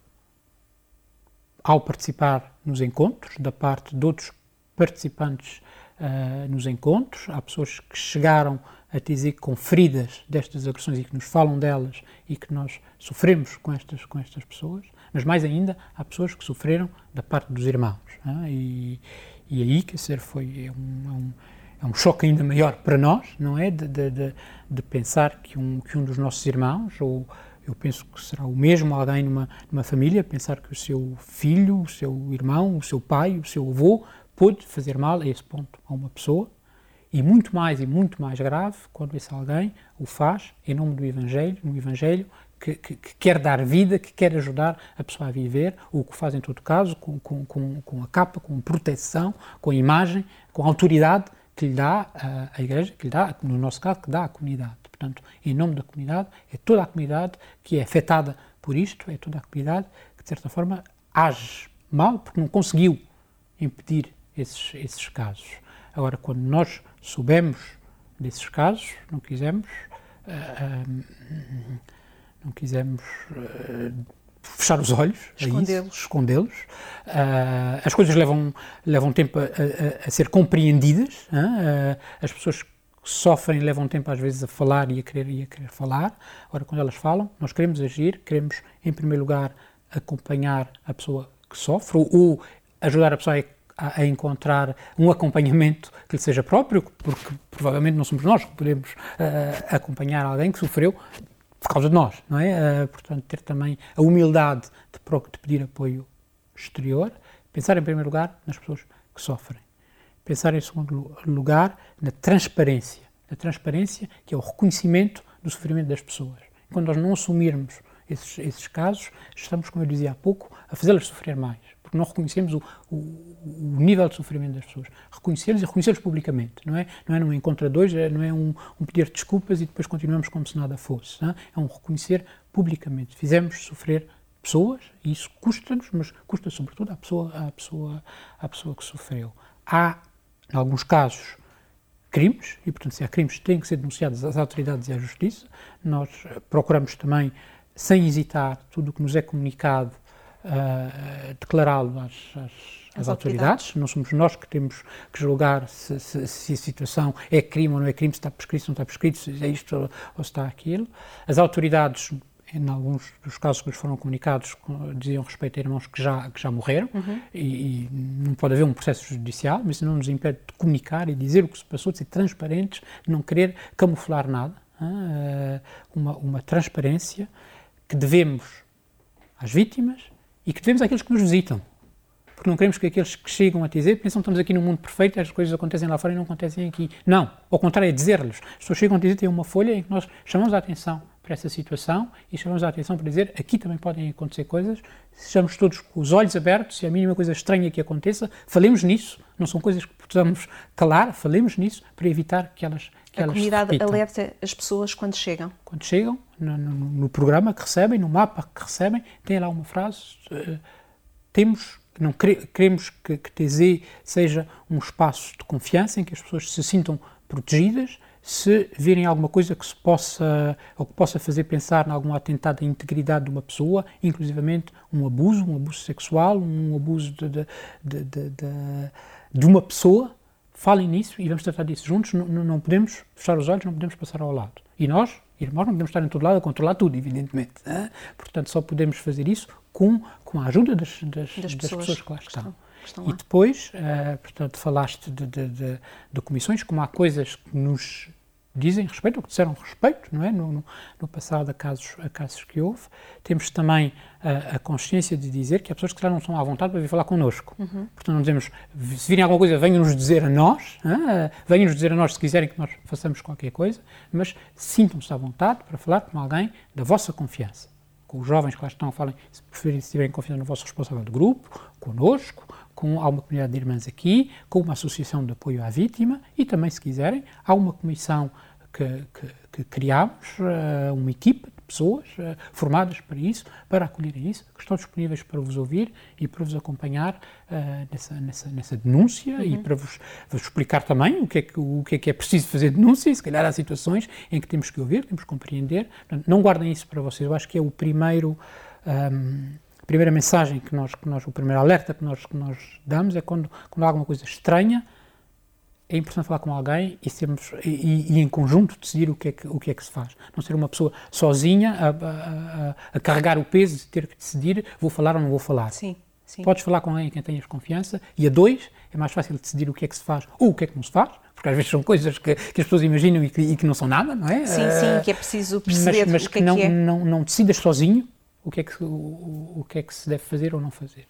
ao participar nos encontros, da parte de outros participantes nos encontros. Há pessoas que chegaram a TZ com feridas destas agressões e que nos falam delas e que nós sofremos com estas pessoas, mas mais ainda há pessoas que sofreram da parte dos irmãos. E aí, quer dizer, é um choque ainda maior para nós, não é? De pensar que um dos nossos irmãos, ou eu penso que será o mesmo alguém numa família, pensar que o seu filho, o seu irmão, o seu pai, o seu avô pode fazer mal a esse ponto a uma pessoa, e muito mais grave quando esse alguém o faz em nome do Evangelho, um Evangelho que quer dar vida, que quer ajudar a pessoa a viver, ou o que faz em todo caso com a capa, com proteção, com a imagem, com a autoridade que lhe dá a Igreja, que lhe dá, no nosso caso, que dá à comunidade. Portanto, em nome da comunidade, é toda a comunidade que é afetada por isto, é toda a comunidade que, de certa forma, age mal porque não conseguiu impedir esses casos. Agora, quando nós soubemos desses casos, não quisemos fechar os olhos, escondê-los. As coisas levam tempo a ser compreendidas. As pessoas que sofrem levam tempo às vezes a falar e a querer falar. Agora, quando elas falam, nós queremos agir, queremos, em primeiro lugar, acompanhar a pessoa que sofre ou ajudar a pessoa a encontrar um acompanhamento que lhe seja próprio, porque provavelmente não somos nós que podemos acompanhar alguém que sofreu por causa de nós, não é? Portanto, ter também a humildade de pedir apoio exterior, pensar em primeiro lugar nas pessoas que sofrem, pensar em segundo lugar na transparência que é o reconhecimento do sofrimento das pessoas. Quando nós não assumirmos esses casos, estamos, como eu dizia há pouco, a fazê-las sofrer mais, porque não reconhecemos o nível de sofrimento das pessoas. Reconhecê-los e reconhecê-los publicamente, não é num encontro a dois, não é um pedir desculpas e depois continuamos como se nada fosse, não é? É um reconhecer publicamente. Fizemos sofrer pessoas e isso custa-nos, mas custa sobretudo à pessoa que sofreu. Há, em alguns casos, crimes, e portanto se há crimes têm que ser denunciados às autoridades e à justiça. Nós procuramos também, sem hesitar, tudo o que nos é comunicado, declará-lo às autoridades. Não somos nós que temos que julgar se a situação é crime ou não é crime, se está prescrito, se não está prescrito, se é isto ou se está aquilo. As autoridades em alguns dos casos que nos foram comunicados, diziam respeito a irmãos que já morreram, e não pode haver um processo judicial, mas isso não nos impede de comunicar e dizer o que se passou, de ser transparentes, de não querer camuflar nada. Uma transparência que devemos às vítimas e que devemos àqueles que nos visitam. Porque não queremos que aqueles que chegam a dizer pensam que estamos aqui num mundo perfeito e as coisas acontecem lá fora e não acontecem aqui. Não, ao contrário, é dizer-lhes. As pessoas chegam a dizer, tem uma folha em que nós chamamos a atenção para essa situação e chamamos a atenção para dizer, aqui também podem acontecer coisas, sejamos todos com os olhos abertos, se a mínima coisa estranha que aconteça, falemos nisso, não são coisas que precisamos calar, falemos nisso para evitar que elas a comunidade alerta as pessoas quando chegam? Quando chegam, no programa que recebem, no mapa que recebem, tem lá uma frase, queremos que TZ seja um espaço de confiança em que as pessoas se sintam protegidas. Se virem alguma coisa que possa fazer pensar em algum atentado à integridade de uma pessoa, inclusivamente um abuso sexual, um abuso de uma pessoa, falem nisso e vamos tratar disso juntos. Não podemos fechar os olhos, não podemos passar ao lado. E nós, irmãos, não podemos estar em todo lado a controlar tudo, evidentemente. Portanto, só podemos fazer isso com a ajuda das pessoas que lá estão. E depois, portanto, falaste de comissões, como há coisas que nos dizem respeito, ou que disseram respeito, não é? No passado, a casos que houve. Temos também a consciência de dizer que há pessoas que já não estão à vontade para vir falar connosco. Portanto, não dizemos, se virem alguma coisa, venham-nos dizer a nós, venham-nos dizer a nós se quiserem que nós façamos qualquer coisa, mas sintam-se à vontade para falar com alguém da vossa confiança. Com os jovens que lá estão, falem, se preferirem, se tiverem confiança no vosso responsável de grupo, connosco, com uma comunidade de irmãs aqui, com uma associação de apoio à vítima e também, se quiserem, há uma comissão que criámos, uma equipa de pessoas formadas para isso, para acolherem isso, que estão disponíveis para vos ouvir e para vos acompanhar nessa denúncia e para vos explicar também o que é preciso fazer denúncia e, se calhar, há situações em que temos que ouvir, temos que compreender. Portanto, não guardem isso para vocês. Eu acho que é o primeiro... A primeira mensagem o primeiro alerta que nós damos é quando há alguma coisa estranha, é importante falar com alguém e em conjunto decidir o que é que se faz. Não ser uma pessoa sozinha a carregar o peso de ter que decidir, vou falar ou não vou falar. Sim. Podes falar com alguém em quem tenhas confiança e a dois é mais fácil decidir o que é que se faz ou o que é que não se faz, porque às vezes são coisas que as pessoas imaginam e que não são nada, não é? Sim, que é preciso perceber mas o que é. Não decidas sozinho o que é que se deve fazer ou não fazer.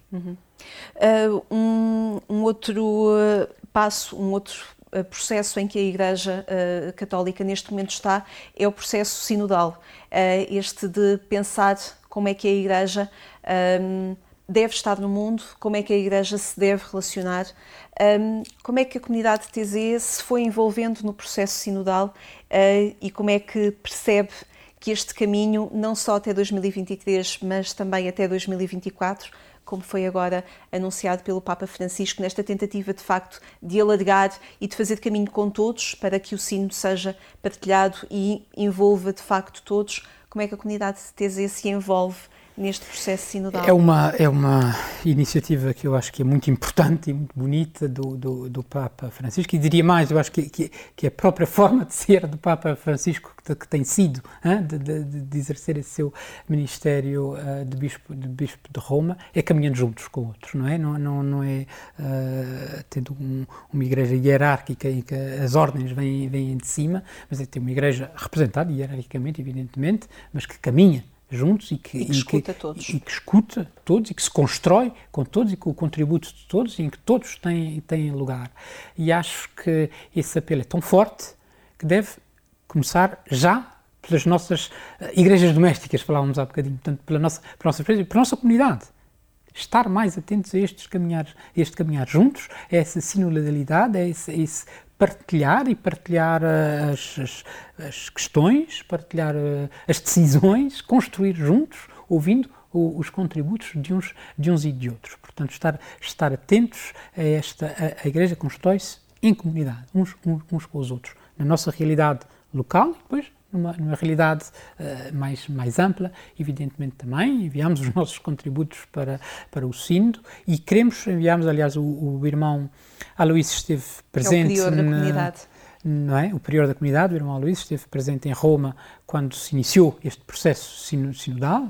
Um outro passo, um outro processo em que a Igreja Católica neste momento está é o processo sinodal. Este de pensar como é que a Igreja deve estar no mundo, como é que a Igreja se deve relacionar, como é que a comunidade TZ se foi envolvendo no processo sinodal e como é que percebe que este caminho, não só até 2023, mas também até 2024, como foi agora anunciado pelo Papa Francisco, nesta tentativa, de facto, de alargar e de fazer caminho com todos, para que o sínodo seja partilhado e envolva, de facto, todos. Como é que a comunidade de TZ se envolve neste processo sinodal? É uma iniciativa que eu acho que é muito importante e muito bonita do Papa Francisco, e diria mais, eu acho que a própria forma de ser do Papa Francisco que tem sido, de exercer esse seu ministério de Bispo de Roma, é caminhando juntos com outros, não é? Não é tendo uma igreja hierárquica em que as ordens vêm de cima, mas é ter uma igreja representada hierarquicamente, evidentemente, mas que caminha juntos e que escuta todos. E que escuta todos e que se constrói com todos e com o contributo de todos e em que todos têm lugar. E acho que esse apelo é tão forte que deve começar já pelas nossas igrejas domésticas, falávamos há bocadinho, portanto, pela nossa comunidade. Estar mais atentos a este caminhar juntos, a essa sinodalidade, a esse partilhar as questões, partilhar as decisões, construir juntos, ouvindo os contributos de uns e de outros. Portanto, estar atentos a Igreja constrói-se em comunidade, uns com os outros, na nossa realidade local e depois numa realidade mais ampla. Evidentemente também enviamos os nossos contributos para o sínodo e enviamos, aliás, o irmão Aloísio esteve presente da comunidade. não é? O prior da comunidade, o irmão Aloísio, esteve presente em Roma quando se iniciou este processo sinodal,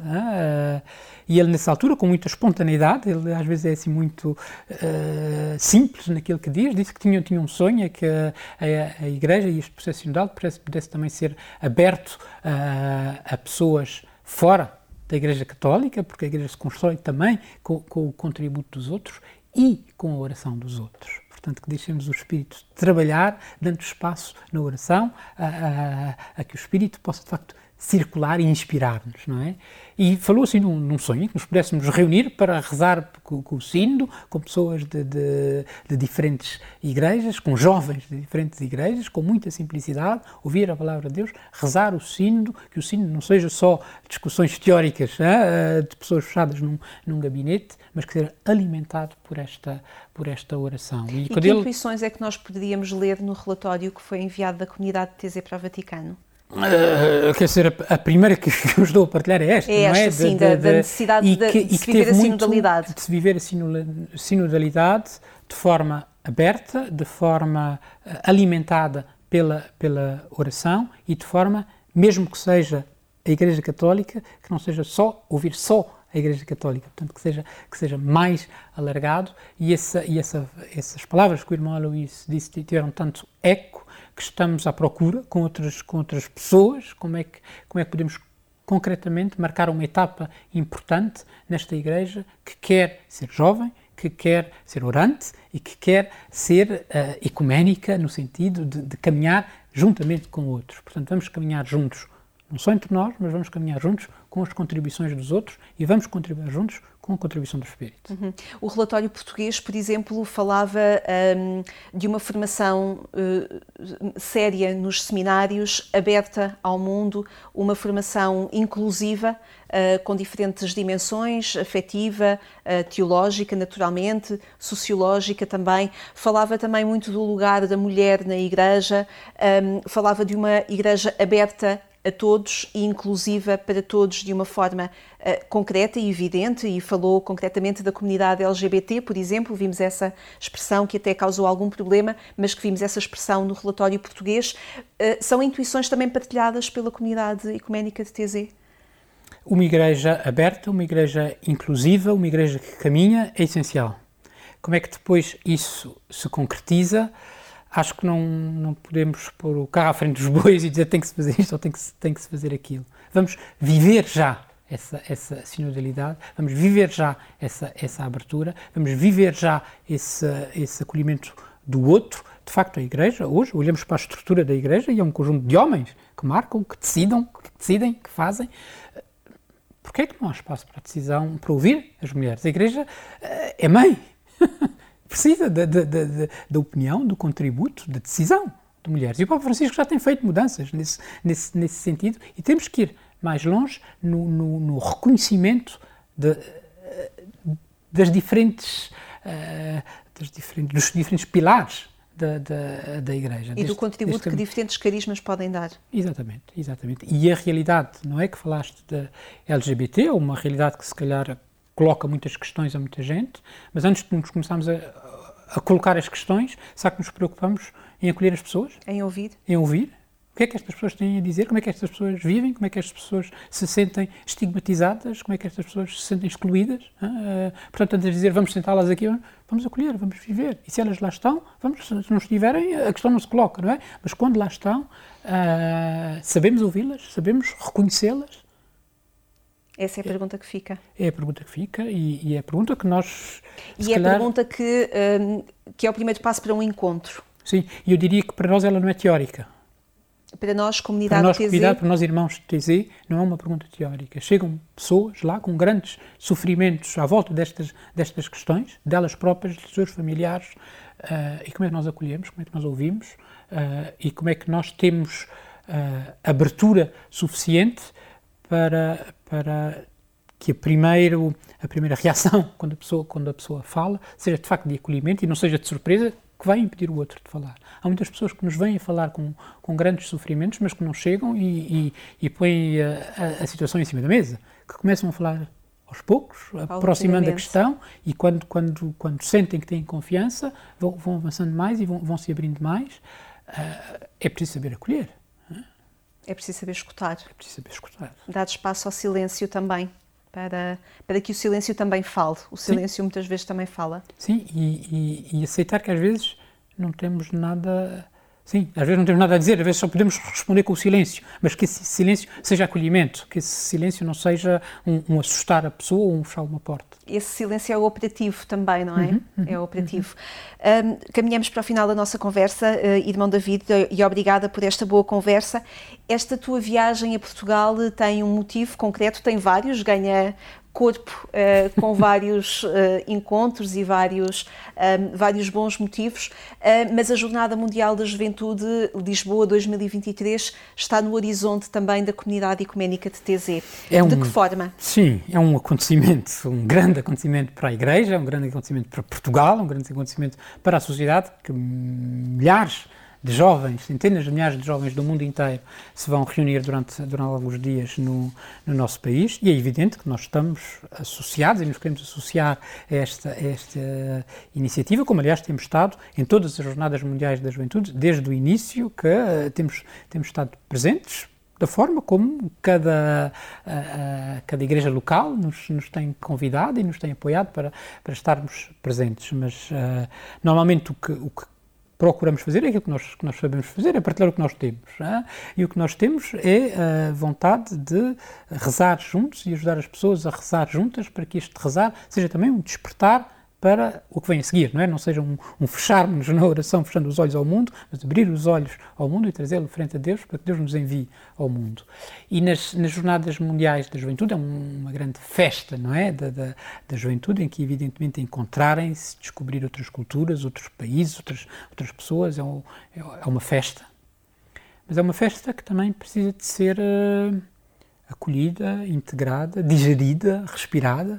e ele nessa altura, com muita espontaneidade, ele às vezes é assim muito simples naquilo que diz, disse que tinha um sonho, é que a Igreja e este processo sinodal pudesse também ser aberto a pessoas fora da Igreja Católica, porque a Igreja se constrói também com o contributo dos outros e com a oração dos outros. Portanto, que deixemos o Espírito trabalhar, dando espaço na oração, a que o Espírito possa, de facto, circular e inspirar-nos, não é? E falou assim num sonho, que nos pudéssemos reunir para rezar com o sínodo, com pessoas de diferentes igrejas, com jovens de diferentes igrejas, com muita simplicidade, ouvir a palavra de Deus, rezar o sínodo, que o sínodo não seja só discussões teóricas de pessoas fechadas num gabinete, mas que seja alimentado por esta oração. E que intuições é que nós poderíamos ler no relatório que foi enviado da comunidade de TZ para o Vaticano? Quer dizer, a primeira que eu estou a partilhar é esta, não é? Sim, da necessidade de se viver a sinodalidade. De se viver a sinodalidade de forma aberta, de forma alimentada pela oração e de forma, mesmo que seja a Igreja Católica, que não seja só ouvir só a Igreja Católica, portanto que seja mais alargado, e essas palavras que o irmão Aloísio disse tiveram tanto eco, que estamos à procura com outras pessoas, como é que podemos concretamente marcar uma etapa importante nesta Igreja que quer ser jovem, que quer ser orante e que quer ser ecuménica no sentido de caminhar juntamente com outros. Portanto, vamos caminhar juntos, não só entre nós, mas vamos caminhar juntos com as contribuições dos outros e vamos contribuir juntos com a contribuição do Espírito. Uhum. O relatório português, por exemplo, falava de uma formação séria nos seminários, aberta ao mundo, uma formação inclusiva, com diferentes dimensões, afetiva, teológica, naturalmente, sociológica também. Falava também muito do lugar da mulher na Igreja, falava de uma Igreja aberta a todos e inclusiva para todos de uma forma concreta e evidente, e falou concretamente da comunidade LGBT, por exemplo, vimos essa expressão que até causou algum problema, mas que vimos essa expressão no relatório português. São intuições também partilhadas pela comunidade ecuménica de TZ? Uma igreja aberta, uma igreja inclusiva, uma igreja que caminha é essencial. Como é que depois isso se concretiza? Acho que não podemos pôr o carro à frente dos bois e dizer tem que se fazer isto ou tem que se fazer aquilo. Vamos viver já essa sinodalidade, vamos viver já essa abertura, vamos viver já esse acolhimento do outro. De facto, a Igreja, hoje, olhamos para a estrutura da Igreja e é um conjunto de homens que marcam, que decidem, que fazem. Porquê é que não há espaço para a decisão, para ouvir as mulheres? A Igreja é mãe. Precisa da opinião, do contributo, da decisão de mulheres. E o Papa Francisco já tem feito mudanças nesse sentido e temos que ir mais longe no reconhecimento dos diferentes pilares da Igreja. E do contributo que diferentes carismas podem dar. Exatamente. E a realidade, não é que falaste da LGBT, é uma realidade que se calhar coloca muitas questões a muita gente, mas antes de nos começarmos a colocar as questões, será que nos preocupamos em acolher as pessoas? Em ouvir. Em ouvir. O que é que estas pessoas têm a dizer? Como é que estas pessoas vivem? Como é que estas pessoas se sentem estigmatizadas? Como é que estas pessoas se sentem excluídas? Portanto, antes de dizer vamos sentá-las aqui, vamos acolher, vamos viver. E se elas lá estão, se não estiverem, a questão não se coloca, não é? Mas quando lá estão, sabemos ouvi-las, sabemos reconhecê-las. Essa é a pergunta que fica. É a pergunta que fica e é a pergunta que nós... E é a pergunta que é o primeiro passo para um encontro. Sim, e eu diria que para nós ela não é teórica. Para nós, comunidade TZ... Para nós, irmãos de TZ, não é uma pergunta teórica. Chegam pessoas lá com grandes sofrimentos à volta destas questões, delas próprias, dos seus familiares, e como é que nós acolhemos, como é que nós ouvimos, e como é que nós temos abertura suficiente para que a primeira reação quando a pessoa fala seja de facto de acolhimento e não seja de surpresa que vai impedir o outro de falar. Há muitas pessoas que nos vêm a falar com grandes sofrimentos, mas que não chegam e põem a situação em cima da mesa, que começam a falar aos poucos, aproximando a questão, e quando sentem que têm confiança, vão avançando mais e vão se abrindo mais. é preciso saber acolher. É preciso saber escutar. É preciso saber escutar. Dar espaço ao silêncio também, para que o silêncio também fale. O silêncio muitas vezes também fala. Sim, e aceitar que às vezes não temos nada... Sim, às vezes não temos nada a dizer, às vezes só podemos responder com o silêncio, mas que esse silêncio seja acolhimento, que esse silêncio não seja um assustar a pessoa ou um fechar uma porta. Esse silêncio é o operativo também, não é? É o operativo. Caminhamos para o final da nossa conversa, irmão David, e obrigada por esta boa conversa. Esta tua viagem a Portugal tem um motivo concreto, tem vários, ganha corpo com vários encontros e vários bons motivos, mas a Jornada Mundial da Juventude Lisboa 2023 está no horizonte também da comunidade ecuménica de TZ. De que forma? Sim, é um acontecimento, um grande acontecimento para a Igreja, um grande acontecimento para Portugal, um grande acontecimento para a sociedade, que milhares de jovens, centenas de milhares de jovens do mundo inteiro se vão reunir durante alguns dias no nosso país, e é evidente que nós estamos associados e nos queremos associar a esta iniciativa, como aliás temos estado em todas as Jornadas Mundiais da Juventude, desde o início, que temos estado presentes, da forma como cada igreja local nos tem convidado e nos tem apoiado para estarmos presentes, mas normalmente o que procuramos fazer é aquilo que nós sabemos fazer, é partilhar o que nós temos. E o que nós temos é a vontade de rezar juntos e ajudar as pessoas a rezar juntas, para que este rezar seja também um despertar para o que vem a seguir, não é? Não seja um fecharmos na oração, fechando os olhos ao mundo, mas abrir os olhos ao mundo e trazê-lo frente a Deus, para que Deus nos envie ao mundo. E nas Jornadas Mundiais da Juventude é uma grande festa, não é? Da juventude, em que evidentemente encontrarem-se, descobrir outras culturas, outros países, outras pessoas, é uma festa. Mas é uma festa que também precisa de ser acolhida, integrada, digerida, respirada.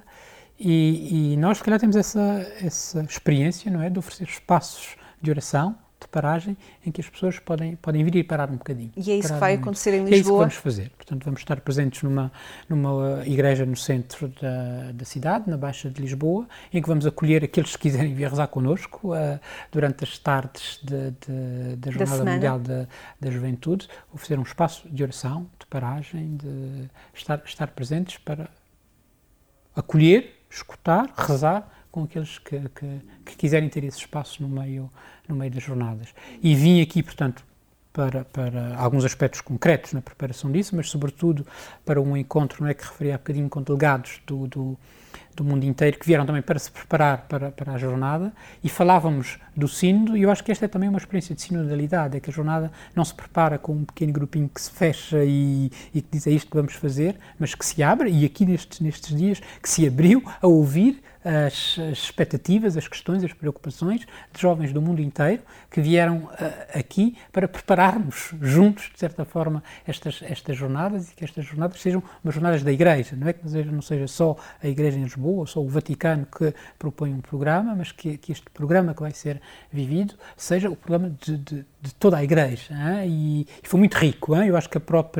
E nós, se calhar, temos essa experiência, não é, de oferecer espaços de oração, de paragem, em que as pessoas podem vir e parar um bocadinho. E é isso que vai acontecer em Lisboa? É isso que vamos fazer. Portanto, vamos estar presentes numa igreja no centro da cidade, na Baixa de Lisboa, em que vamos acolher aqueles que quiserem vir rezar connosco durante as tardes da Jornada Mundial da Juventude, oferecer um espaço de oração, de paragem, de estar presentes para acolher, escutar, rezar com aqueles que quiserem ter esse espaço no meio das jornadas. E vim aqui, portanto, para alguns aspectos concretos na preparação disso, mas sobretudo para um encontro, não é, que referi há bocadinho, com delegados do mundo inteiro, que vieram também para se preparar para a jornada, e falávamos do sínodo, e eu acho que esta é também uma experiência de sinodalidade, é que a jornada não se prepara com um pequeno grupinho que se fecha e que diz: é isto que vamos fazer, mas que se abre, e aqui nestes dias que se abriu a ouvir as expectativas, as questões, as preocupações de jovens do mundo inteiro que vieram aqui para prepararmos juntos, de certa forma, estas jornadas, e que estas jornadas sejam umas jornadas da Igreja, não é que não seja só a Igreja em Lisboa ou só o Vaticano que propõe um programa, mas que este programa que vai ser vivido seja o programa de toda a Igreja. E foi muito rico. Eu acho que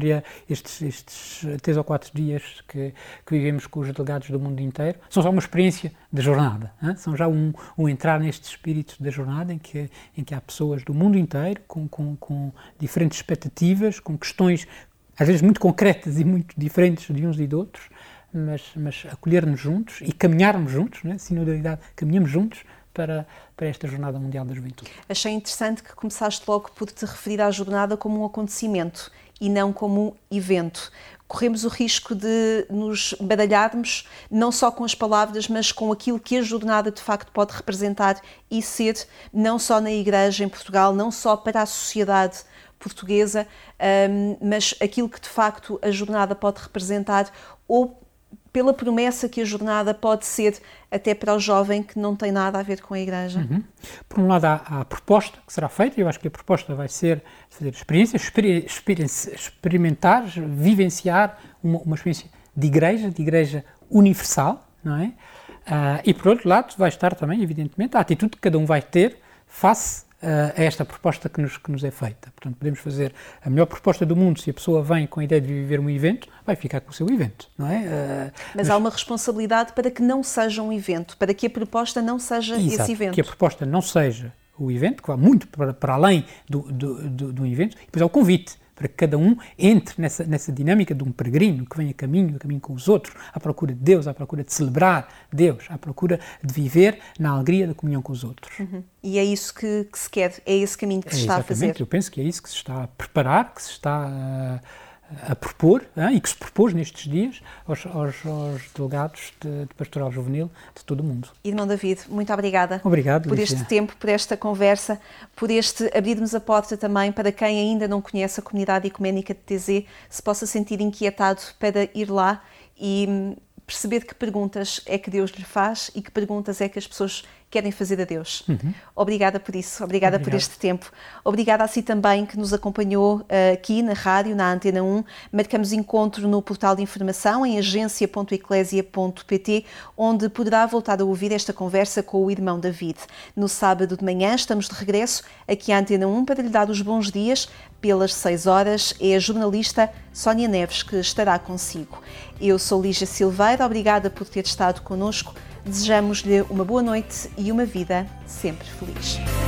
estes 3 ou 4 dias que vivemos com os delegados do mundo inteiro são só uma experiência da jornada. São já um entrar neste espírito da jornada em que há pessoas do mundo inteiro com diferentes expectativas, com questões às vezes muito concretas e muito diferentes de uns e de outros, mas acolher-nos juntos e caminharmos juntos, não é? Sinodalidade, caminhamos juntos para esta Jornada Mundial da Juventude. Achei interessante que começaste logo por te referir à jornada como um acontecimento e não como um evento. Corremos o risco de nos baralharmos não só com as palavras, mas com aquilo que a jornada de facto pode representar e ser, não só na Igreja em Portugal, não só para a sociedade portuguesa, mas aquilo que de facto a jornada pode representar, ou pela promessa que a jornada pode ser até para o jovem que não tem nada a ver com a Igreja. Por um lado, há a proposta que será feita, e eu acho que a proposta vai ser fazer experiências, experimentar, vivenciar uma experiência de Igreja universal, não é? E por outro lado, vai estar também, evidentemente, a atitude que cada um vai ter face a esta proposta que nos é feita. Portanto, podemos fazer a melhor proposta do mundo. Se a pessoa vem com a ideia de viver um evento, vai ficar com o seu evento, não é? Mas há uma responsabilidade para que não seja um evento, para que a proposta não seja esse evento. Que a proposta não seja o evento, que vai muito para além do evento, e depois há o convite, para que cada um entre nessa dinâmica de um peregrino que vem a caminho com os outros, à procura de Deus, à procura de celebrar Deus, à procura de viver na alegria da comunhão com os outros. E é isso que se quer, é esse caminho que se está a fazer. Eu penso que é isso que se está a preparar, que se está a propor, e que se propôs nestes dias aos delegados de Pastoral Juvenil de todo o mundo. Irmão David, muito obrigada. Obrigado, por Lígia. este tempo, por esta conversa, por abrir-nos a porta também para quem ainda não conhece a comunidade ecuménica de TZ, se possa sentir inquietado para ir lá e perceber que perguntas é que Deus lhe faz e que perguntas é que as pessoas querem fazer a Deus. Obrigada por isso, obrigada por este tempo. Obrigada a si também que nos acompanhou aqui na rádio, na Antena 1. Marcamos encontro no portal de informação em agência.eclesia.pt, onde poderá voltar a ouvir esta conversa com o irmão David. No sábado de manhã estamos de regresso aqui à Antena 1 para lhe dar os bons dias. Pelas 6 horas é a jornalista Sónia Neves que estará consigo. Eu sou Lígia Silveira, obrigada por ter estado connosco. Desejamos-lhe uma boa noite e uma vida sempre feliz.